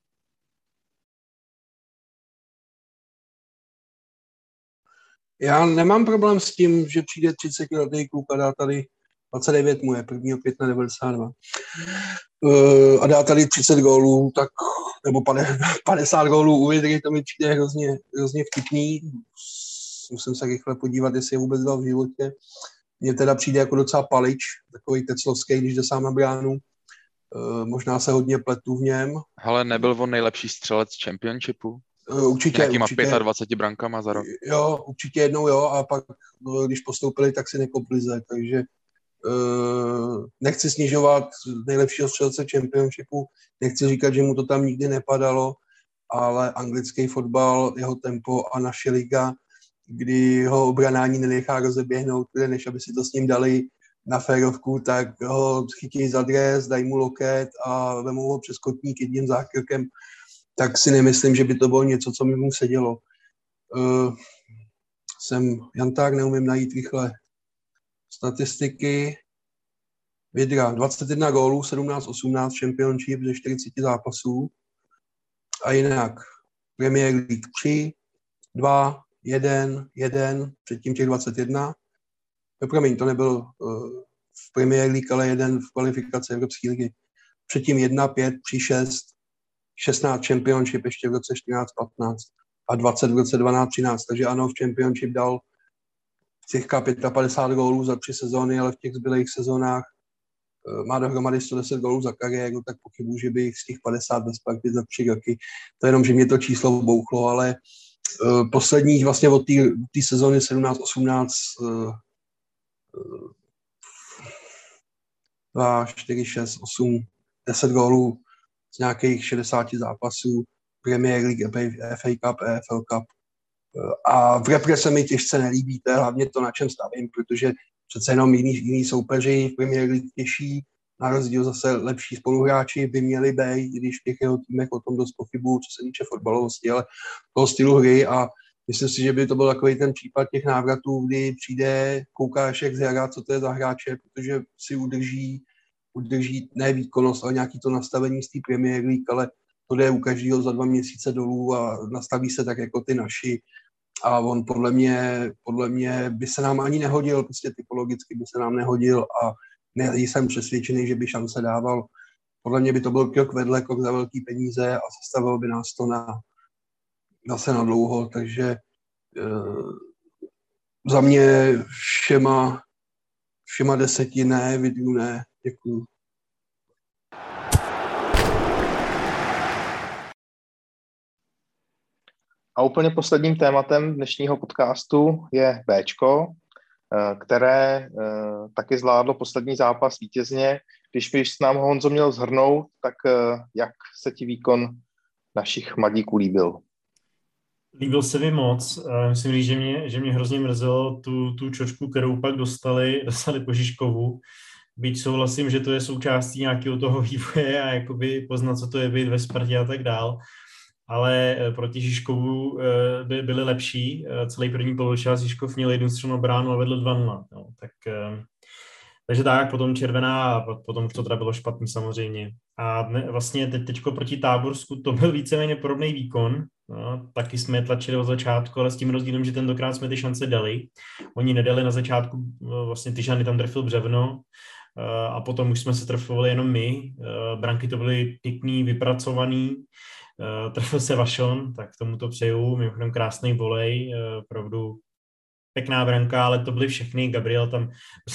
Já nemám problém s tím, že přijde třicetiletý kluk a dá tady dvacet devět mu je, prvního května devadesát dva. Uh, a dá tady třicet gólů, tak, nebo padesát gólů u Vydry, to mi přijde hrozně, hrozně vtipný. Musím se rychle podívat, jestli je vůbec dal v životě. Mně teda přijde jako docela palič, takový teclovský, když jde sám na bránu. Uh, možná se hodně pletu v něm. Hele, nebyl on nejlepší střelec championshipu? Určitě, Nějakýma určitě. dvaceti pěti brankama za rok. Jo, určitě jednou jo, a pak, když postoupili, tak si nekoplize, takže uh, nechci snižovat nejlepšího střelce championshipu, nechci říkat, že mu to tam nikdy nepadalo, ale anglický fotbal, jeho tempo a naše liga, kdy ho obrana ani nenechá rozeběhnout, než aby si to s ním dali na férovku, tak ho chytí za dres, dají mu loket a vemou ho přes kotník jedním zákrokem. tak si nemyslím, že by to bylo něco, co mi mu sedělo. Uh, jsem Janták, neumím najít rychle statistiky. Vidra, dvacet jedna gólů, sedmnáct osmnáct Championship ze čtyřicet zápasů. A jinak Premier League tři, dva, jedna, jedna, předtím těch dvacet jedna. No, promiň, to nebyl uh, v Premier League, ale jeden v kvalifikaci Evropské ligy. Předtím jedna, pět, tři, šest, šestnáct Championship ještě v roce čtrnáct patnáct a dvacet v roce dvanáct třináct. Takže ano, v Championship dal cirka padesát pět gólů za tři sezóny, ale v těch zbylých sezónách uh, má dohromady sto deset gólů za kariéru, tak pochybuji, že by jich z těch padesát ve Spartě za tři roky. To je jenom, že mě to číslo bouchlo, ale uh, posledních vlastně od té sezóny sedmnáct osmnáct uh, dva, čtyři, šest, osm, deset gólů z nějakých šedesáti zápasů, Premier League, F A Cup, E F L Cup. A v repre se mi těžce nelíbí, to je hlavně to, na čem stavím, protože přece jenom jiný, jiný soupeři v Premier League těžší, na rozdíl zase lepší spoluhráči by měli být, když v těch jeho týmech o tom dost pochybuju, co se týče fotbalovosti, ale toho stylu hry a myslím si, že by to byl takový ten případ těch návratů, kdy přijde, koukáš jak z jara, co to je za hráče, protože si udrží, udrží ne výkonnost, ale nějaký to nastavení z té Premier League, ale to jde u každého za dva měsíce dolů a nastaví se tak jako ty naši. A on podle mě, podle mě by se nám ani nehodil, prostě typologicky by se nám nehodil a ne, jsem přesvědčený, že by šance dával. Podle mě by to byl krok vedle, krok za velký peníze a zastavil by nás to na zase na dlouho, takže e, za mě všema, všema deseti ne, videu ne, děkuju. A úplně posledním tématem dnešního podcastu je Béčko, které taky zvládlo poslední zápas vítězně. Když byš s nám, Honzo, měl shrnout, tak jak se ti výkon našich mladíků líbil? Líbil se mi moc. Myslím říct, že mě, že mě hrozně mrzelo tu, tu čočku, kterou pak dostali, dostali po Žižkovu. Byť souhlasím, že to je součástí nějakého toho vývoje a jakoby poznat, co to je být ve Spartě a tak dál. Ale proti Žižkovu by byli lepší. Celý první poločas Žižkov měl jednu střelnou bránu a vedl dva nula. No, tak, takže tak, potom červená a potom už to teda bylo špatný samozřejmě. A dne, vlastně teď, teďko proti Táborsku to byl víceméně podobný výkon. No, taky jsme je tlačili od začátku, ale s tím rozdílem, že tentokrát jsme ty šance dali. Oni nedali na začátku, vlastně Tyžany tam trefil břevno a potom už jsme se trefovali jenom my. Branky to byly pěkný, vypracovaný. Trefil se Vašon, tak tomu to přeju. Mimochodem krásný volej, opravdu pěkná branka, ale to byly všechny. Gabriel tam,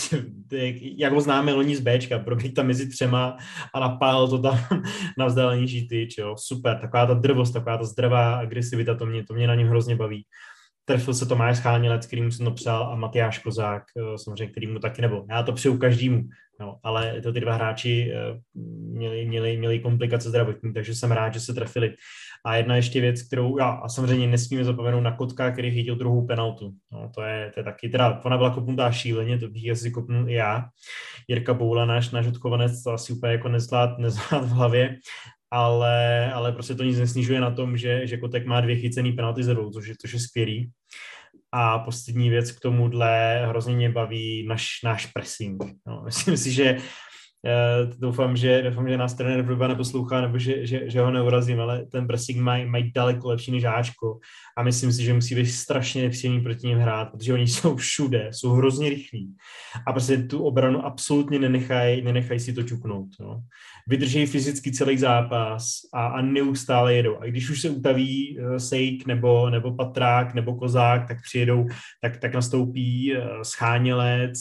jak ho známe loni z Béčka, probíh tam mezi třema a napálil to tam na vzdálenější tyč, jo. Super, taková ta drvost, taková ta zdravá agresivita, to mě, to mě na něm hrozně baví. Trefil se Tomáš Schánilec, kterýmu jsem to přál, a Matyáš Kozák, samozřejmě, kterýmu taky, nebo já to přeju každému, no, ale to ty dva hráči měli, měli, měli komplikace zdravotní, takže jsem rád, že se trefili. A jedna ještě věc, kterou, já, a samozřejmě nesmíme zapomenout na Kotka, který chytil druhou penaltu. No, to, je, to je taky, teda ona byla kopnutá šíleně, to bych asi kopnul i já. Jirka Boula, náš, náš odchovanec, to asi úplně jako nezvlád, nezvlád v hlavě. Ale, ale prostě to nic nesnižuje na tom, že, že Kotek má dvě chycený penalty ze dvou, což je, což je skvělý. A poslední věc k tomuhle, hrozně mě baví naš, náš pressing. No, myslím si, že uh, doufám, že doufám, že nás trenér Vrba neposlouchá, nebo že, že, že ho neurazím, ale ten pressing mají maj daleko lepší než Ačko. A myslím si, že musí být strašně nepříjemný proti ním hrát, protože oni jsou všude, jsou hrozně rychlí. A prostě tu obranu absolutně nenechají nenechaj si to čuknout. No. Vydrží fyzicky celý zápas a, a neustále jedou. A když už se utaví uh, Sejk nebo, nebo Patrák nebo Kozák, tak přijedou, tak, tak nastoupí uh, Schánilec,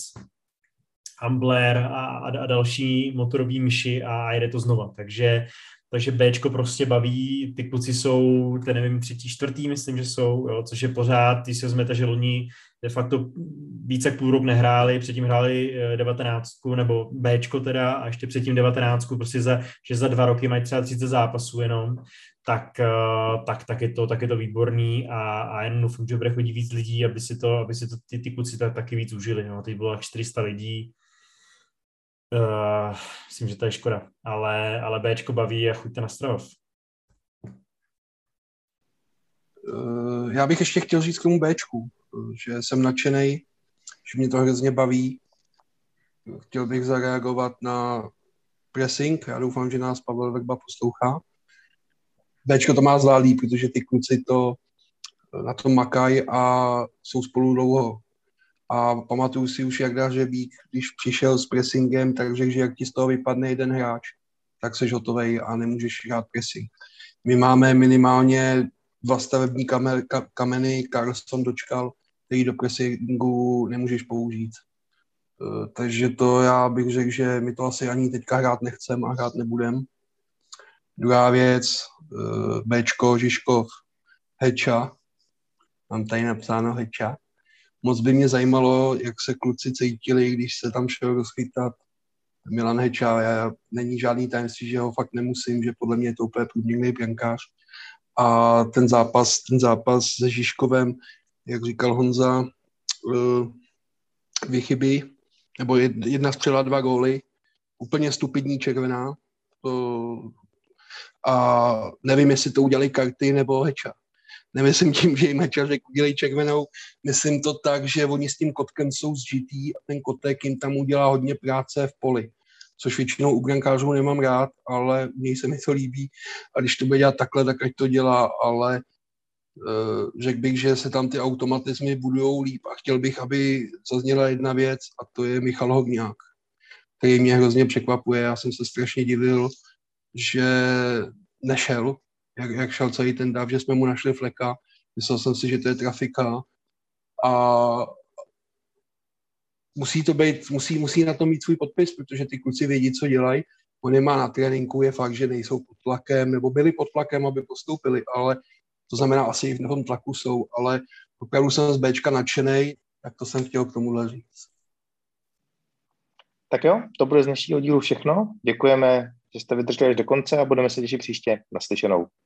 Ambler a, a, a další motorový myši a jede to znova. Takže, takže Béčko prostě baví, ty kluci jsou, ten nevím, třetí, čtvrtý, myslím, že jsou, jo, což je pořád, ty se vezmete, že loni de facto více jak půl rok nehráli, předtím hráli devatenáctku, nebo Béčko teda, a ještě předtím devatenáctku, prostě za, že za dva roky mají třeba třicet zápasů jenom, tak, tak, tak, je, to, tak je to výborný a, a jen doufám, že bude chodit víc lidí, aby si to, aby si to ty, ty kluci tak, taky víc užili. No. Teď bylo čtyři sta lidí. Uh, myslím, že to je škoda, ale, ale Béčko baví a chuďte na Stravov. Já bych ještě chtěl říct k tomu Bčku, že jsem nadšenej, že mě to hrozně baví. Chtěl bych zareagovat na pressing. Já doufám, že nás Pavel Vrba poslouchá. Bčko to má zvládlý, protože ty kluci to na tom makají a jsou spolu dlouho. A pamatuju si už, jak Jarda Řebík, když přišel s pressingem, tak řekl, že jak ti z toho vypadne jeden hráč, tak seš hotovej a nemůžeš hrát pressing. My máme minimálně dva stavební kamer, ka, kameny, Carlson dočkal, který do pressingu nemůžeš použít. Uh, takže to já bych řekl, že my to asi ani teďka hrát nechcem a hrát nebudem. Druhá věc, uh, Bčko, Žižkov, Heča. Mám tady napsáno Heča. Moc by mě zajímalo, jak se kluci cítili, když se tam šel rozchytat Milan Heča. Já, není žádný tajemství, že ho fakt nemusím, že podle mě je to úplně průměrný brankář. A ten zápas, ten zápas se Žižkovem, jak říkal Honza, dvě chyby, nebo jedna střela, dva góly, úplně stupidní červená. A nevím, jestli to udělali karty nebo Heča. Nemyslím tím, že jim Heča řekl, udělej červenou, myslím to tak, že oni s tím kotkem jsou zžitý a ten kotek jim tam udělá hodně práce v poli, což většinou u brankářů nemám rád, ale u něj se mi to líbí a když to bude dělat takhle, tak ať to dělá, ale uh, řekl bych, že se tam ty automatizmy budujou líp a chtěl bych, aby zazněla jedna věc a to je Michal Hovňák, který mě hrozně překvapuje, já jsem se strašně divil, že nešel, Jak, jak šel celý ten dáv, že jsme mu našli fleka. Myslel jsem si, že to je trafika. A musí to být, musí, musí na to mít svůj podpis, protože ty kluci vědí, co dělají. On je má na tréninku, je fakt, že nejsou pod tlakem, nebo byli pod tlakem, aby postoupili, ale to znamená, asi i v tom tlaku jsou, ale opravdu jsem z Bčka nadšenej, tak to jsem chtěl k tomuhle říct. Tak jo, to bude z dnešního dílu všechno. Děkujeme, že jste vydrželi až do konce a budeme se těšit příště. Naslyšenou.